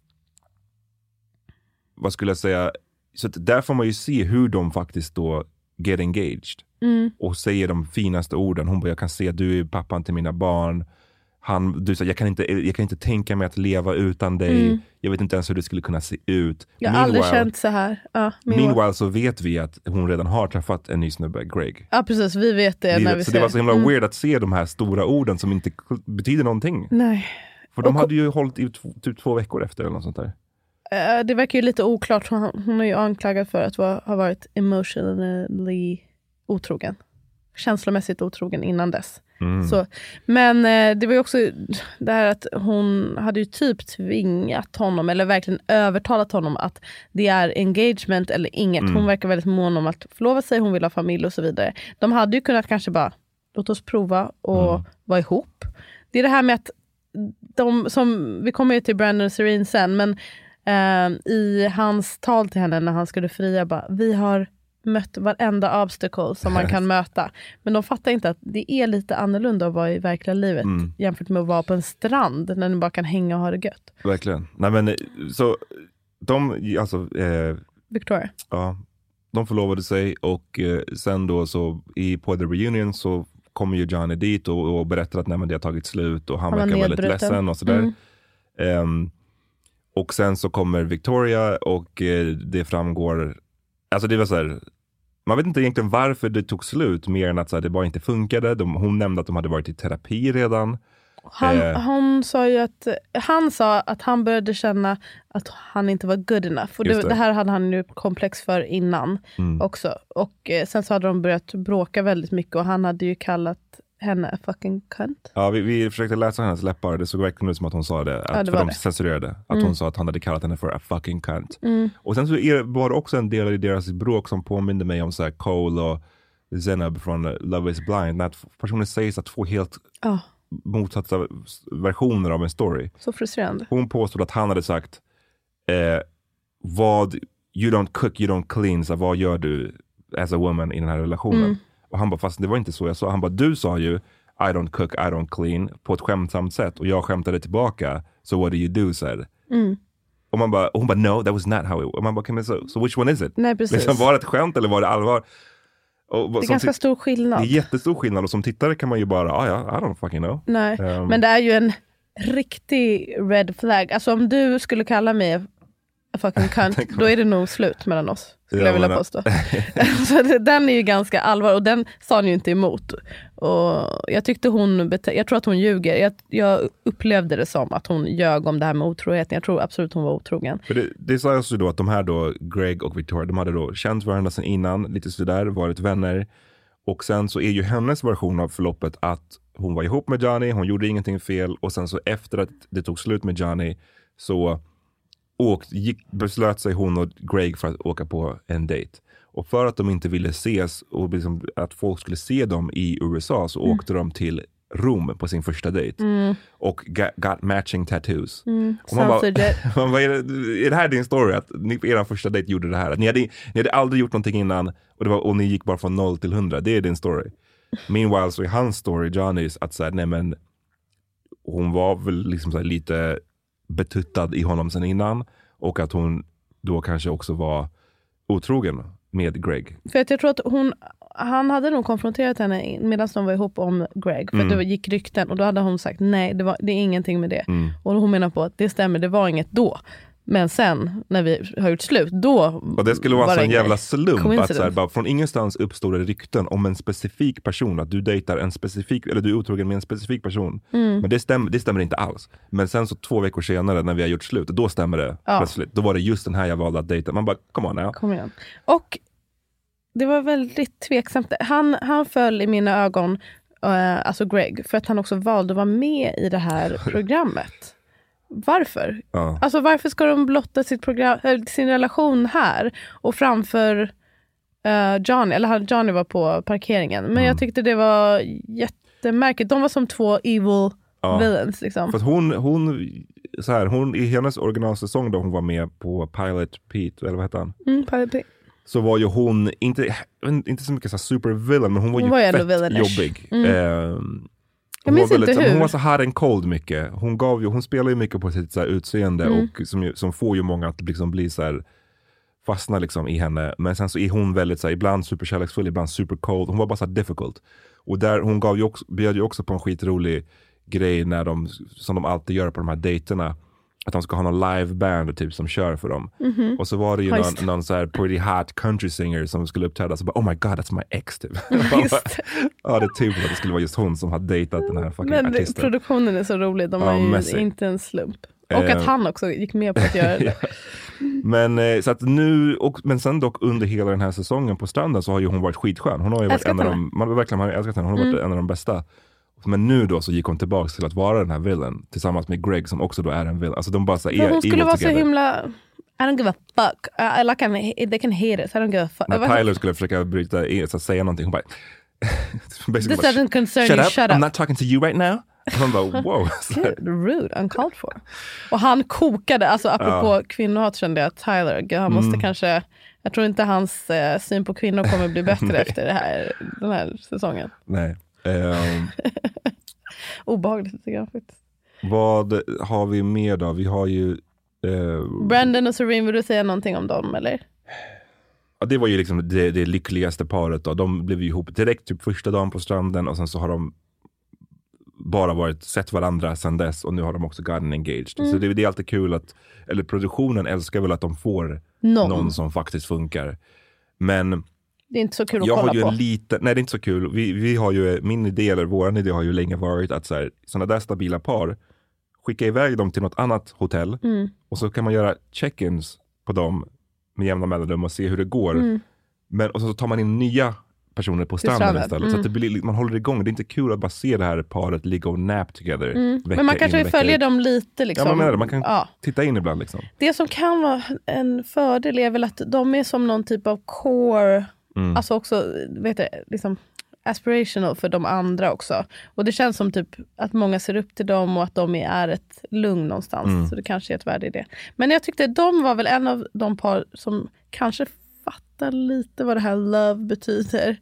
vad skulle jag säga, så att där får man ju se hur de faktiskt då get engaged. Och säger de finaste orden. Hon bara, jag kan se att du är pappan till mina barn. Du sa, jag kan inte tänka mig att leva utan dig. Jag vet inte ens hur det skulle kunna se ut. Jag har aldrig känt så här. Meanwhile så vet vi att hon redan har träffat en ny snubbe, Greg. Ja, precis. Vi vet det när vi ser. Så det var så himla weird att se de här stora orden som inte betyder någonting. Nej. För de hade ju hållit i typ 2 veckor efter eller något sånt där. det verkar ju lite oklart. Hon är ju anklagad för att ha varit emotionally otrogen. Känslomässigt otrogen innan dess. Så, men det var ju också det här att hon hade ju typ tvingat honom eller verkligen övertalat honom att det är engagement eller inget. Hon verkar väldigt mån om att förlova sig, hon vill ha familj och så vidare. De hade ju kunnat kanske bara låt oss prova och vara ihop. Det är det här med att vi kommer ju till Brandon Serene sen, men i hans tal till henne när han skulle fria bara, vi har mött varenda obstacle som man kan möta. Men de fattar inte att det är lite annorlunda att vara i verkliga livet jämfört med att vara på en strand när ni bara kan hänga och ha det gött. Verkligen. Nej men så Victoria. Ja, de förlovade sig och sen då så på The Reunion så kommer ju Johnny dit och berättar att nej, men det har tagit slut och han verkar väldigt ledsen och sådär. Och sen så kommer Victoria och det framgår, alltså det var så här, man vet inte egentligen varför det tog slut mer än att så här, det bara inte funkade. Hon nämnde att de hade varit i terapi redan. Han sa ju att han började känna att han inte var good enough. Och det här hade han ju komplex för innan också. Och sen så hade de börjat bråka väldigt mycket och han hade ju kallat henne a fucking cunt. Ja, vi försökte läsa hennes läppar. Det såg verkligen ut som att hon sa det. För de censurerade. Att hon sa att han hade kallat henne för a fucking cunt. Och sen så var det också en del i deras bråk som påminde mig om så här Cole och Zenab från Love is Blind. När personen säger att två helt motsatta versioner av en story. Så frustrerande. Hon påstod att han hade sagt you don't cook, you don't clean. Så vad gör du as a woman i den här relationen? Och han bara, fast det var inte så jag sa. Han bara, du sa ju I don't cook, I don't clean på ett skämtsamt sätt. Och jag skämtade tillbaka. So what do you do, said. Och hon bara, no, that was not how it. Och man bara, so which one is it? Nej, precis. Liksom, var det ett skämt eller var det allvar? Och, det är ganska stor skillnad. Det är jättestor skillnad. Och som tittare kan man ju bara, I don't fucking know. Nej, men det är ju en riktig red flag. Alltså om du skulle kalla mig a fucking cunt, då är det nog slut mellan oss. Skulle jag vilja påstå. Så den är ju ganska allvar. Och den sa han ju inte emot. Och jag tyckte jag tror att hon ljuger. Jag upplevde det som att hon ljög om det här med otroheten. Jag tror absolut hon var otrogen. För det sa jag så då att de här då, Greg och Victoria, de hade då känt varandra sedan innan. Lite sådär, varit vänner. Och sen så är ju hennes version av förloppet att hon var ihop med Johnny. Hon gjorde ingenting fel. Och sen så efter att det tog slut med Johnny så beslöt sig hon och Greg för att åka på en dejt. Och för att de inte ville ses och liksom att folk skulle se dem i USA så åkte de till Rom på sin första dejt. Och got matching tattoos. Och man bara, är det här din story? Att ni på er första dejt gjorde det här? Att ni hade aldrig gjort någonting innan och ni gick bara från 0 till 100. Det är din story. Meanwhile så är hans story, Johnnys, att säga, nej men hon var väl liksom så här lite betuttad i honom sen innan och att hon då kanske också var otrogen med Greg. För att jag tror att han hade nog konfronterat henne medan de var ihop om Greg. För att det gick rykten och då hade hon sagt nej, det är ingenting med det. Och hon menar på att det stämmer, det var inget då. Men sen, när vi har gjort slut, då och det skulle vara en jävla slump att så här, bara från ingenstans uppstod det rykten om en specifik person, att du dejtar en specifik, eller du är otrogen med en specifik person. Men det stämmer inte alls. Men sen så 2 veckor senare när vi har gjort slut, då stämmer det plötsligt. Då var det just den här jag valde att dejta. Man bara, come on now. Kom igen. Och det var väldigt tveksamt. Han föll i mina ögon, alltså Greg, för att han också valde att vara med i det här programmet. Varför? Alltså varför ska de blotta sin relation här och framför Johnny, eller Johnny var på parkeringen. Men jag tyckte det var jättemärkligt. De var som 2 evil villains liksom. För att hon i hennes originalsäsong då hon var med på Pilot Pete, eller vad heter han? Pilot Pete. Så var ju hon inte så mycket så supervillain, men hon var ju fett jobbig. Hon var så hard and cold mycket. Hon spelar ju mycket på sitt så här utseende och som får ju många att liksom bli så här fastna liksom i henne. Men sen så är hon väldigt så här, ibland superkärleksfull, ibland super cold. Hon var bara så här difficult. Och där hon bjöd ju också på en skitrolig grej som de alltid gör på de här dejterna. Att de ska ha någon liveband typ som kör för dem. Och så var det ju någon så här pretty hot country singer som skulle uppträda. Så bara, oh my god, that's my ex typ. Ja, det typ att det skulle vara just hon som har dejtat den här fucking artisten. Men produktionen är så rolig. De var ju inte en slump. Och att han också gick med på att göra det. Men så att nu, men sen dock under hela den här säsongen på stranden så har ju hon varit skitskön. Hon har ju varit en av de, man verkligen har älskat henne. Hon har varit en av de bästa. Men nu då så gick hon tillbaka till att vara den här villain tillsammans med Greg som också då är en villain. Alltså de bara så är hon skulle vara together. Så himla I don't give a fuck. They can hate us. I don't give a fuck. När Tyler skulle försöka bryta in så att säga någonting hon bara This doesn't concern you, shut up. I'm not talking to you right now. Han bara wow. Rude, uncalled for. Och han kokade, alltså apropå kvinnohat kände jag Tyler, han måste kanske, jag tror inte hans syn på kvinnor kommer bli bättre efter den här säsongen. Nej. Obehagligt tycker jag faktiskt. Vad har vi mer då? Vi har ju Brandon och Serene, vill du säga någonting om dem eller? Ja, det var ju liksom det lyckligaste paret då. De blev ju ihop direkt typ första dagen på stranden och sen så har de bara sett varandra sedan dess och nu har de också gotten engaged. Så det är alltid kul att, eller produktionen älskar väl att de får någon som faktiskt funkar. Men det är inte så kul att jag kolla har ju på. Nej, det är inte så kul. Vi har ju, min idé eller våran idé har ju länge varit att sådana där stabila par, skicka iväg dem till något annat hotell och så kan man göra check-ins på dem med jämna mellanrum och se hur det går. Men, och så tar man in nya personer på stranden istället. Så att det blir, man håller igång. Det är inte kul att bara se det här paret ligga och nap together. Men man kanske följer dem lite liksom. Ja, man kan titta in ibland liksom. Det som kan vara en fördel är väl att de är som någon typ av core, alltså också, vet du, liksom aspirational för de andra också. Och det känns som typ att många ser upp till dem och att de är ett lugn någonstans. Så det kanske är ett värde i det. Men jag tyckte de var väl en av de par som kanske fattar lite vad det här love betyder.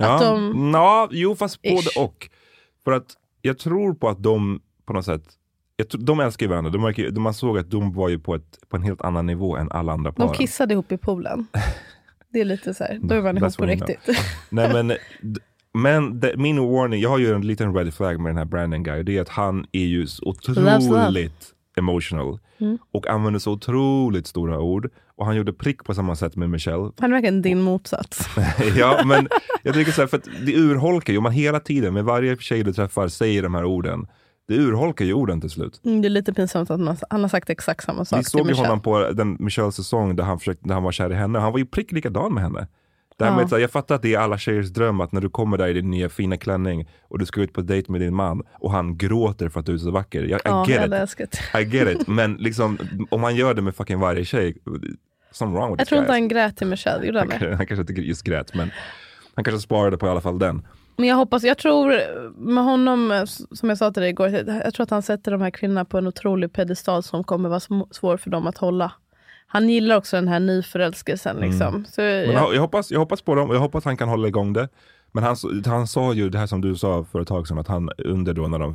Fast både och. För att jag tror på att de på något sätt, de älskar ju varandra. Man såg att de var ju på en helt annan nivå än alla andra par. De kissade ihop i poolen. Det är lite så här, då är man ihop på riktigt. Nej men min warning, jag har ju en liten red flag med den här Brandon guy. Det är att han är ju så otroligt emotional. Och använder så otroligt stora ord. Och han gjorde prick på samma sätt med Michelle. Han är verkligen din motsats. Ja, men jag tycker så här, för att det urholkar ju. Man hela tiden, med varje tjej du träffar, säger de här orden. Det urholkar ju orden till slut. Det är lite pinsamt att han har sagt exakt samma sak. Vi såg ju honom på den Michelle-säsong där han var kär i henne. Han var ju prick likadan med henne. Därmed, jag fattar att det är alla tjejers dröm att när du kommer där i din nya fina klänning och du ska ut på dejt med din man och han gråter för att du är så vacker. I get it. Men liksom, om man gör det med fucking varje tjej, something wrong with jag tror inte han grät till Michelle, gjorde han det? Han kanske inte just grät, men han kanske sparade på i alla fall den. Men jag tror med honom, som jag sa till dig igår, jag tror att han sätter de här kvinnorna på en otrolig pedestal som kommer vara svår för dem att hålla. Han gillar också den här nyförälskelsen liksom. Så jag hoppas på dem och jag hoppas han kan hålla igång det. Men han sa ju det här som du sa för ett tag sedan, att han under då när han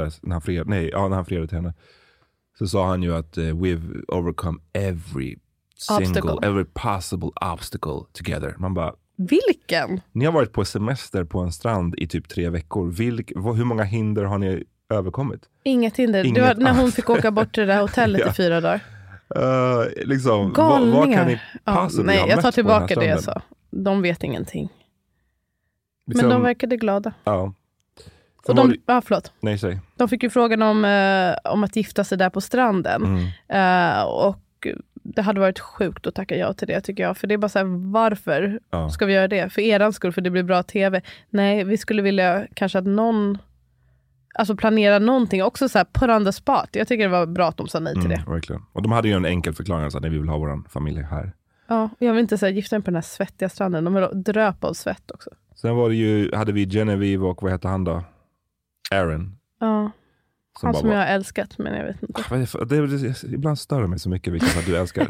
friade till henne, så sa han ju att we've overcome every possible obstacle together. Man bara, vilken? Ni har varit på semester på en strand i typ 3 veckor. Hur många hinder har ni överkommit? Inget hinder. Det var när hon fick åka bort till det där hotellet i 4 dagar. Liksom, vad kan ni nej, jag tar tillbaka det jag sa. De vet ingenting. Liksom, men de verkade glada. Ja. Och förlåt. Nej, säg. De fick ju frågan om att gifta sig där på stranden. Och det hade varit sjukt att tacka ja till det, tycker jag. För det är bara så här, varför ska vi göra det? För eran skull, för det blir bra tv. Nej, vi skulle vilja kanske att någon planera någonting också så här put on the spot. Jag tycker det var bra att de sa nej till det. Verkligen. Och de hade ju en enkel förklaring så att vi vill ha vår familj här. Ja, jag vill inte säga gifta mig på den här svettiga stranden. De vill dröpa av svett också. Sen hade vi Genevieve och vad heter han då? Aaron. Ja. Han som jag har älskat, men jag vet inte. Ibland stör det mig så mycket vilket att du älskar.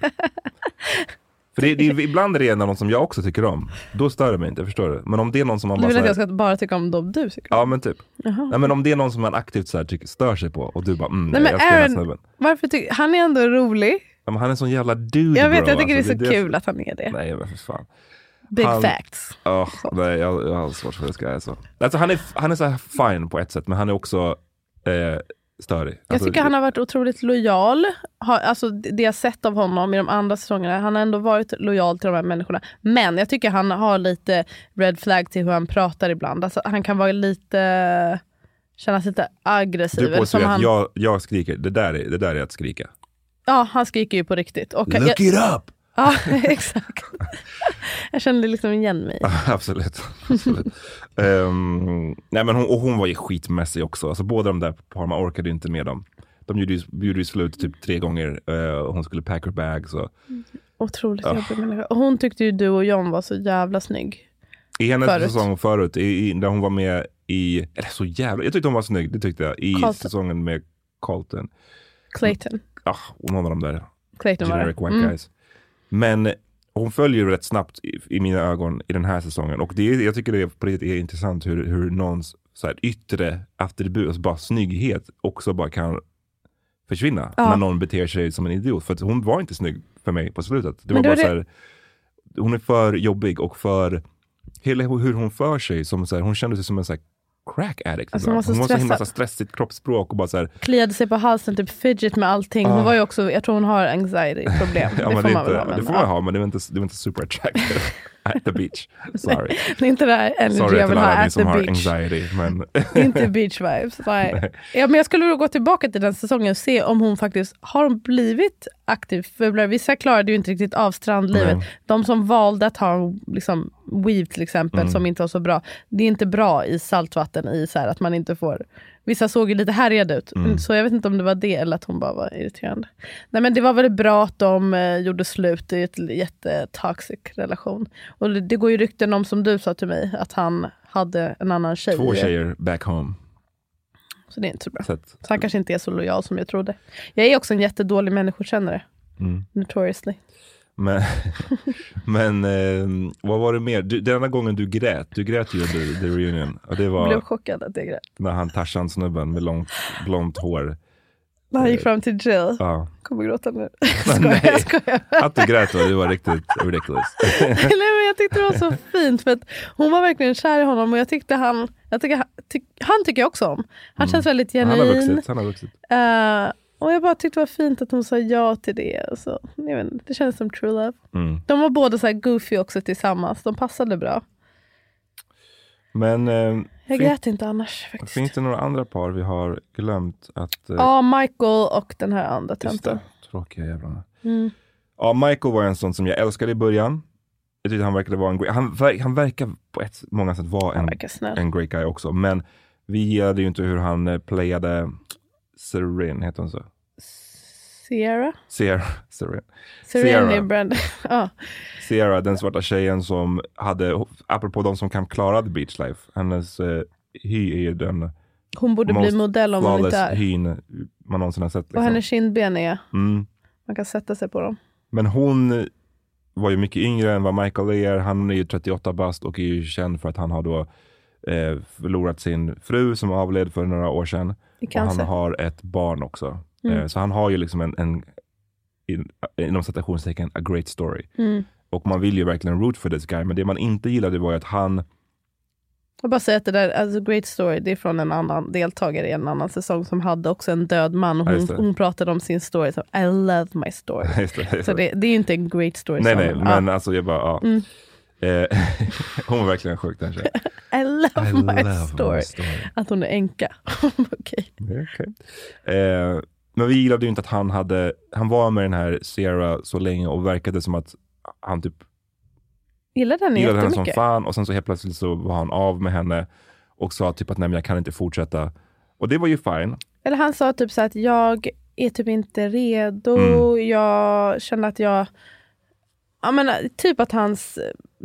För ibland är det någon som jag också tycker om. Då stör det mig inte, förstår du? Men om det är någon som man bara... Du vill att jag ska bara tycka om dem du tycker om? Ja, men typ. Nej, men om det är någon som man aktivt så här stör sig på och du bara, nej, men Aaron, varför han är ändå rolig. Ja, men han är en sån jävla dude, jag vet, jag tycker det är så kul att han är det. Nej, men för fan. Big facts. Nej, jag har svårt för det alltså, han är så här fine på ett sätt, men han är också störig. Jag tycker han har varit otroligt lojal. Alltså det jag sett av honom i de andra säsongerna, han har ändå varit lojal till de här människorna. Men jag tycker han har lite red flag till hur han pratar ibland. Alltså han kan vara lite, kännas lite aggressiv. Du påstår att jag skriker, det där är att skrika. Ja, han skriker ju på riktigt. Och Look it up! Ja, exakt. Jag kände liksom igen mig. Absolut. Nej, men hon var ju skitmässig också. Alltså, båda de där par, man orkade inte med dem. De gjorde ju slut typ 3 gånger. Hon skulle pack her bags. Otroligt jobbig människa. Och hon tyckte ju du och John var så jävla snygg. I hennes säsong förut, där hon var med i... Eller så jävla... Jag tyckte hon var snygg, det tyckte jag. I säsongen med Clayton. Ja, någon av dem där. Clayton generic var det. white guys. Men hon följer ju rätt snabbt i mina ögon i den här säsongen. Och jag tycker det på riktigt är intressant hur någons så här, yttre attribut, alltså bara snygghet, också bara kan försvinna när någon beter sig som en idiot. För att hon var inte snygg för mig på slutet. Det var bara så här, hon är för jobbig och för hela hur hon för sig, som så här, hon kände sig som en så här crack addict. Alltså, hon var så himla stressigt kroppsspråk och bara så här, kliade sig på halsen, typ fidget med allting. Hon var ju också, jag tror hon har anxiety-problem. Ja, det får man väl ha. Det får man ha, men det var inte super attractive at the beach. Sorry. Det är inte det här energy jag vill ha at the beach. Anxiety, men inte beach vibes. Nej. Ja, men jag skulle gå tillbaka till den säsongen och se om hon faktiskt har blivit aktiv. För vissa klarade ju inte riktigt av strandlivet. De som valde att ha liksom weave till exempel, som inte var så bra. Det är inte bra i saltvatten, i så här att man inte får... Vissa såg ju lite härjade ut. Så jag vet inte om det var det eller att hon bara var irriterande. Nej, men det var väl bra att de gjorde slut i ett jättetoxic relation. Och det går ju rykten om, som du sa till mig, att han hade en annan tjej. 2 tjejer back home. Så det är inte så bra. Så han kanske inte är så lojal som jag trodde. Jag är också en jättedålig människokännare. Notoriously. Men vad var det mer? Denna gången du grät ju under the reunion. Och det var, jag blev chockad att jag grät. När han Tarzan-snubben med långt blont hår. När han gick fram till Jill. Ja. Kommer gråta nu. Jag skojar. Att du grät det var riktigt ridiculous. Nej, men jag tyckte det var så fint. För att hon var verkligen kär i honom. Och jag tyckte han tycker jag också om. Han känns väldigt genuin. Han har vuxit. Och jag bara tyckte det var fint att hon sa ja till det. Så, jag vet inte, det kändes som true love. De var båda så här goofy också tillsammans. De passade bra. Men jag grät inte annars faktiskt. Finns det några andra par vi har glömt att... Ja, Michael och den här andra tenten. Tråkiga jävlarna. Ja, Michael var en sån som jag älskade i början. Jag tyckte han verkade vara han verkar på många sätt vara en great guy också. Men vi gillade ju inte hur han playade Serene, heter hon så? Serene Brand. Sierra, den svarta tjejen som hade, apropå de som kan klara the beach life, hennes hy är ju den hon borde bli modell om hon inte är hyn man någonsin har sett liksom. Och hennes kindben är man kan sätta sig på dem. Men hon var ju mycket yngre än vad Michael är. Han är ju 38 bast och är ju känd för att han har då förlorat sin fru som avled för några år sedan. Och han har ett barn också. Så han har ju liksom en inom citationstecken a great story. Och man vill ju verkligen root for this guy. Men det man inte gillade var ju att han... Jag bara säger att det där, alltså great story, det är från en annan deltagare i en annan säsong som hade också en död man. Och hon pratade om sin story. Så, I love my story. Så det är ju inte en great story. Nej, men alltså jag bara... hon var verkligen sjuk den tjejen. I love my story. Att hon är änka. Okej. Men vi gillade ju inte att han var med den här Sierra så länge och verkade som att han typ gillade henne som fan, och sen så helt plötsligt så var han av med henne och sa typ att nej, men jag kan inte fortsätta. Och det var ju fine. Eller han sa typ så att jag är typ inte redo. Jag känner att jag menar, typ att hans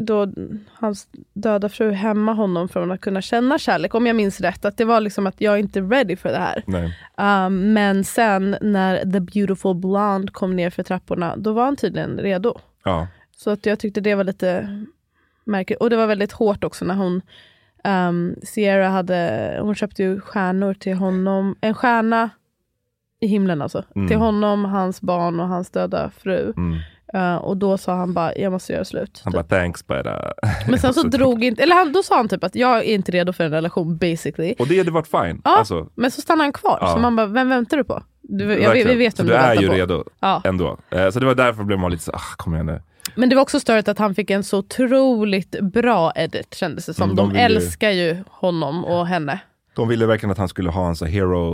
döda fru hämmar honom från att kunna känna kärlek, om jag minns rätt, att det var liksom att jag inte är ready för det här. Men sen när the beautiful blonde kom ner för trapporna, då var han tydligen redo. Så att jag tyckte det var lite märkligt, och det var väldigt hårt också när hon Sierra hon köpte ju stjärnor till honom, en stjärna i himlen alltså, till honom, hans barn och hans döda fru. Och då sa han bara, jag måste göra slut. Han bara, thanks but... Men sen så drog inte... Eller då sa han typ att jag är inte redo för en relation, basically. Och det hade varit fine. Ja, alltså. Men så stannade han kvar. Så man bara, vem väntar du på? Vi vet vem du väntar på. Du är ju redo ändå. Så det var därför blev man lite så, kom igen nu. Men det var också störigt att han fick en så otroligt bra edit, kändes det som. De älskar ju honom och henne. De ville verkligen att han skulle ha en så hero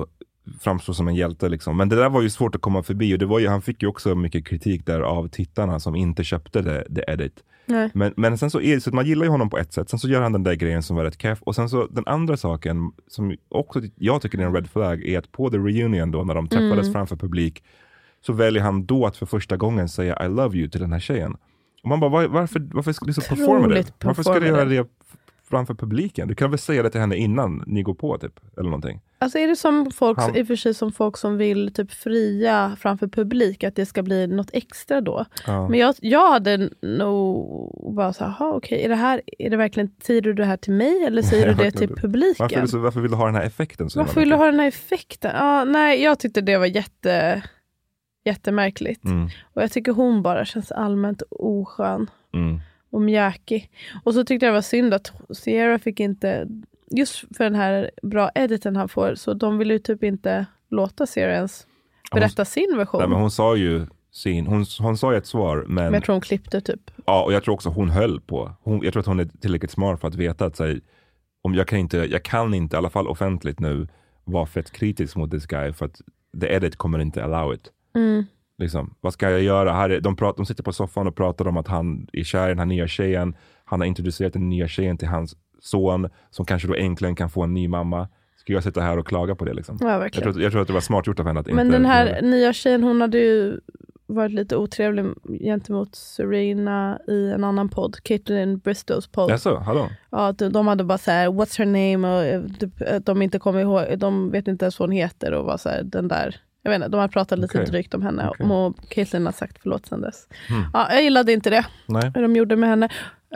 framstå som en hjälte liksom. Men det där var ju svårt att komma förbi och det var ju, han fick ju också mycket kritik där av tittarna som inte köpte the edit. Nej. Men sen så är det så att man gillar ju honom på ett sätt. Sen så gör han den där grejen som var rätt keff. Och sen så den andra saken som också jag tycker är en red flag är att på the reunion då när de träffades framför publik så väljer han då att för första gången säga I love you till den här tjejen. Och man bara, varför ska du så performa det? Varför ska du göra det framför publiken? Du kan väl säga det till henne innan ni går på typ, eller någonting. Alltså är det som folk, i och för sig som folk som vill typ fria framför publik, att det ska bli något extra då. Ja. Men jag hade nog bara så här, okej, är det verkligen, säger du det här till mig eller säger du det till publiken? Varför vill du ha den här effekten? Varför vill du ha den här effekten? Nej, jag tyckte det var jättemärkligt. Och jag tycker hon bara känns allmänt oskön. Och mjäkig. Och så tyckte jag det var synd att Sierra fick inte, just för den här bra editen han får, så de ville ju typ inte låta Sierra ens berätta sin version. Nej, men hon sa ju hon sa ju ett svar, men jag tror hon klippte typ. Ja, och jag tror också hon höll på. Jag tror att hon är tillräckligt smart för att veta att om jag kan inte i alla fall offentligt nu vara fett kritisk mot this guy för att the edit kommer inte allow it. Liksom, vad ska jag göra? De sitter på soffan och pratar om att han är kär i den här nya tjejen. Han har introducerat den nya tjejen till hans son som kanske då äntligen kan få en ny mamma. Ska jag sitta här och klaga på det liksom? Ja, verkligen. Jag tror att det var smart gjort av henne att men inte... Men den här nya tjejen, hon hade ju varit lite otrevlig gentemot Serena i en annan podd, Caitlyn Bristows podd. Jaså, hallå? Ja, de hade bara så här, what's her name? Och de inte kommer ihåg, de vet inte ens vad hon heter och var så här, den där. Jag vet inte, de har pratat lite drygt om henne och Caitlyn har sagt förlåt sen dess. Ja, jag gillade inte det. Nej. Hur de gjorde med henne.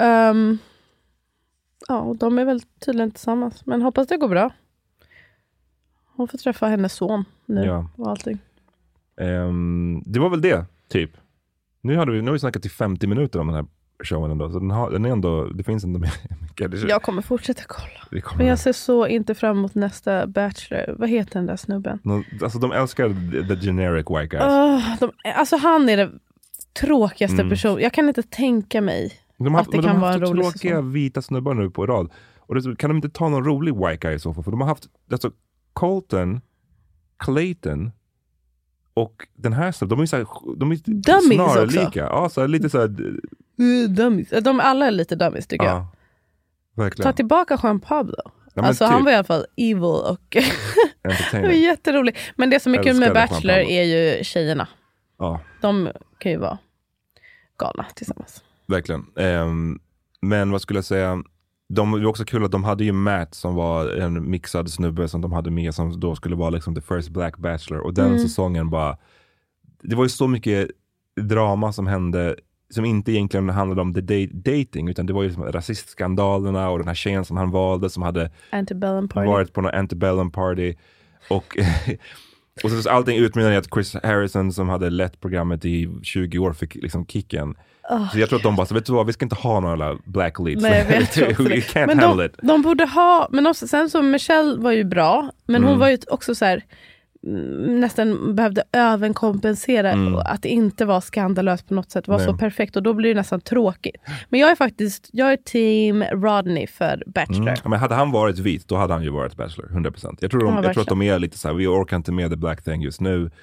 Och de är väl tydligen tillsammans. Men hoppas det går bra. Hon får träffa hennes son nu och allting. Det var väl det, typ. Nu har vi snackat i 50 minuter om den här showen ändå. Så den är ändå, det finns ändå mycket. Jag kommer fortsätta kolla. Men jag ser så inte fram emot nästa Bachelor. Vad heter den där snubben? Alltså de älskar the generic white guys. Alltså han är den tråkigaste personen. Jag kan inte tänka mig att det kan vara en rolig säsong. De har haft tråkiga vita snubbar nu på rad. Och kan de inte ta någon rolig white guy i så fall? För de har haft Colton, Clayton och den här snubben. De är snarlika. Ja, så här, lite så här... dummies. De alla är lite dummies tycker jag. Verkligen. Ta tillbaka Juan Pablo. Ja, alltså typ. Han var i alla fall evil och det var jätteroligt. Men det som är kul med Bachelor är ju tjejerna. Ja. De kan ju vara galna tillsammans. Verkligen. Men vad skulle jag säga? Det var också kul att de hade ju Matt som var en mixad snubbe som de hade med som då skulle vara liksom the first black bachelor. Och den säsongen bara... Det var ju så mycket drama som hände som inte egentligen handlade om dating utan det var ju liksom rasistskandalerna och den här tjejen som han valde som hade varit på någon antebellum party och så allting utmynnade i att Chris Harrison som hade lett programmet i 20 år fick liksom kicken. Så jag tror att de bara, så vet du vad, vi ska inte ha några black leads. Nej, we can't handle it. De borde ha, men också, sen så Michelle var ju bra, men hon var ju också så här nästan behövde överkompensera att det inte var skandalöst på något sätt. Det var så perfekt och då blir det nästan tråkigt. Men jag är team Rodney för Bachelor. Men hade han varit vit, då hade han ju varit Bachelor, 100%. Jag tror att de är lite så här, vi orkar inte med the black thing just nu.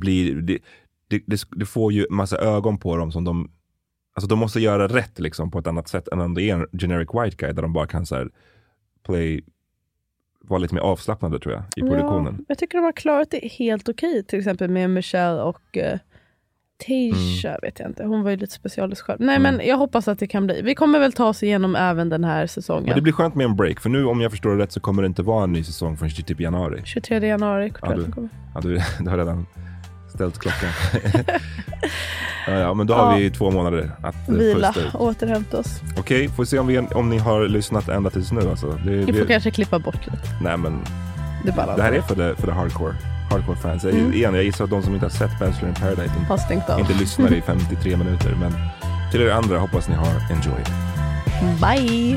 Det får ju massa ögon på dem som de måste göra rätt liksom på ett annat sätt än om det är en generic white guy där de bara kan så här vara lite mer avslappnade tror jag i produktionen. Ja, jag tycker de har klarat det helt okej. Till exempel med Michelle och Tasha vet jag inte. Hon var ju lite specialist själv. Nej men jag hoppas att det kan bli. Vi kommer väl ta oss igenom även den här säsongen. Men det blir skönt med en break. För nu om jag förstår det rätt så kommer det inte vara en ny säsong förrän typ januari. 23 januari. Du har redan ställt klockan. Ja, men då har vi 2 månader att vila, återhämta oss. Okej, får se om ni har lyssnat ända tills nu alltså. Vi får kanske klippa bort lite. Nej men det här är för det hardcore fans. Jag gissar att de som inte har sett Bachelor in Paradise inte lyssnar i 53 minuter. Men till er andra hoppas ni har enjoyed. Bye.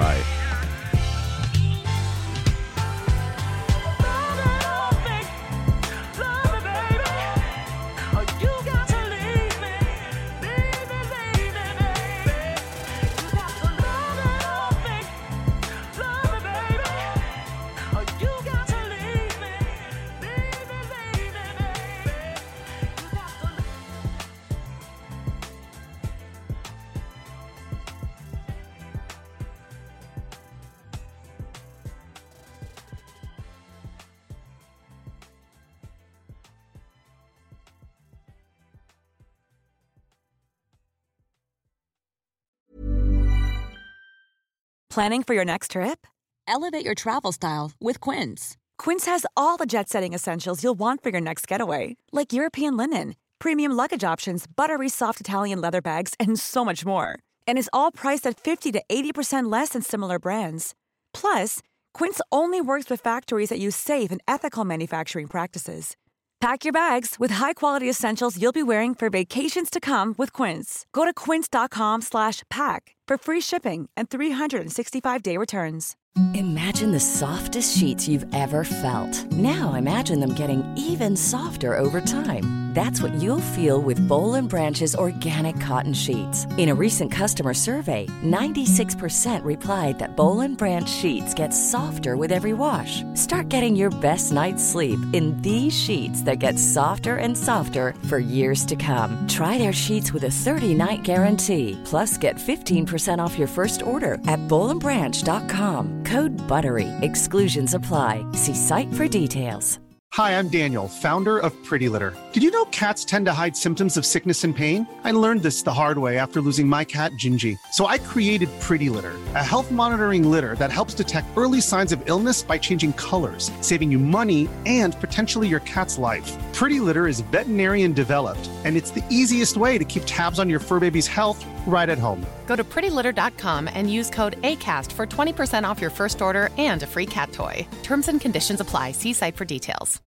Planning for your next trip? Elevate your travel style with Quince. Quince has all the jet-setting essentials you'll want for your next getaway, like European linen, premium luggage options, buttery soft Italian leather bags, and so much more. And is all priced at 50 to 80% less than similar brands. Plus, Quince only works with factories that use safe and ethical manufacturing practices. Pack your bags with high-quality essentials you'll be wearing for vacations to come with Quince. Go to quince.com/pack for free shipping and 365-day returns. Imagine the softest sheets you've ever felt. Now imagine them getting even softer over time. That's what you'll feel with Boll & Branch's organic cotton sheets. In a recent customer survey, 96% replied that Boll & Branch sheets get softer with every wash. Start getting your best night's sleep in these sheets that get softer and softer for years to come. Try their sheets with a 30-night guarantee. Plus, get 15% off your first order at bollandbranch.com. Code BUTTERY. Exclusions apply. See site for details. Hi, I'm Daniel, founder of Pretty Litter. Did you know cats tend to hide symptoms of sickness and pain? I learned this the hard way after losing my cat, Gingy. So I created Pretty Litter, a health monitoring litter that helps detect early signs of illness by changing colors, saving you money and potentially your cat's life. Pretty Litter is veterinarian developed, and it's the easiest way to keep tabs on your fur baby's health right at home. Go to prettylitter.com and use code ACAST for 20% off your first order and a free cat toy. Terms and conditions apply. See site for details.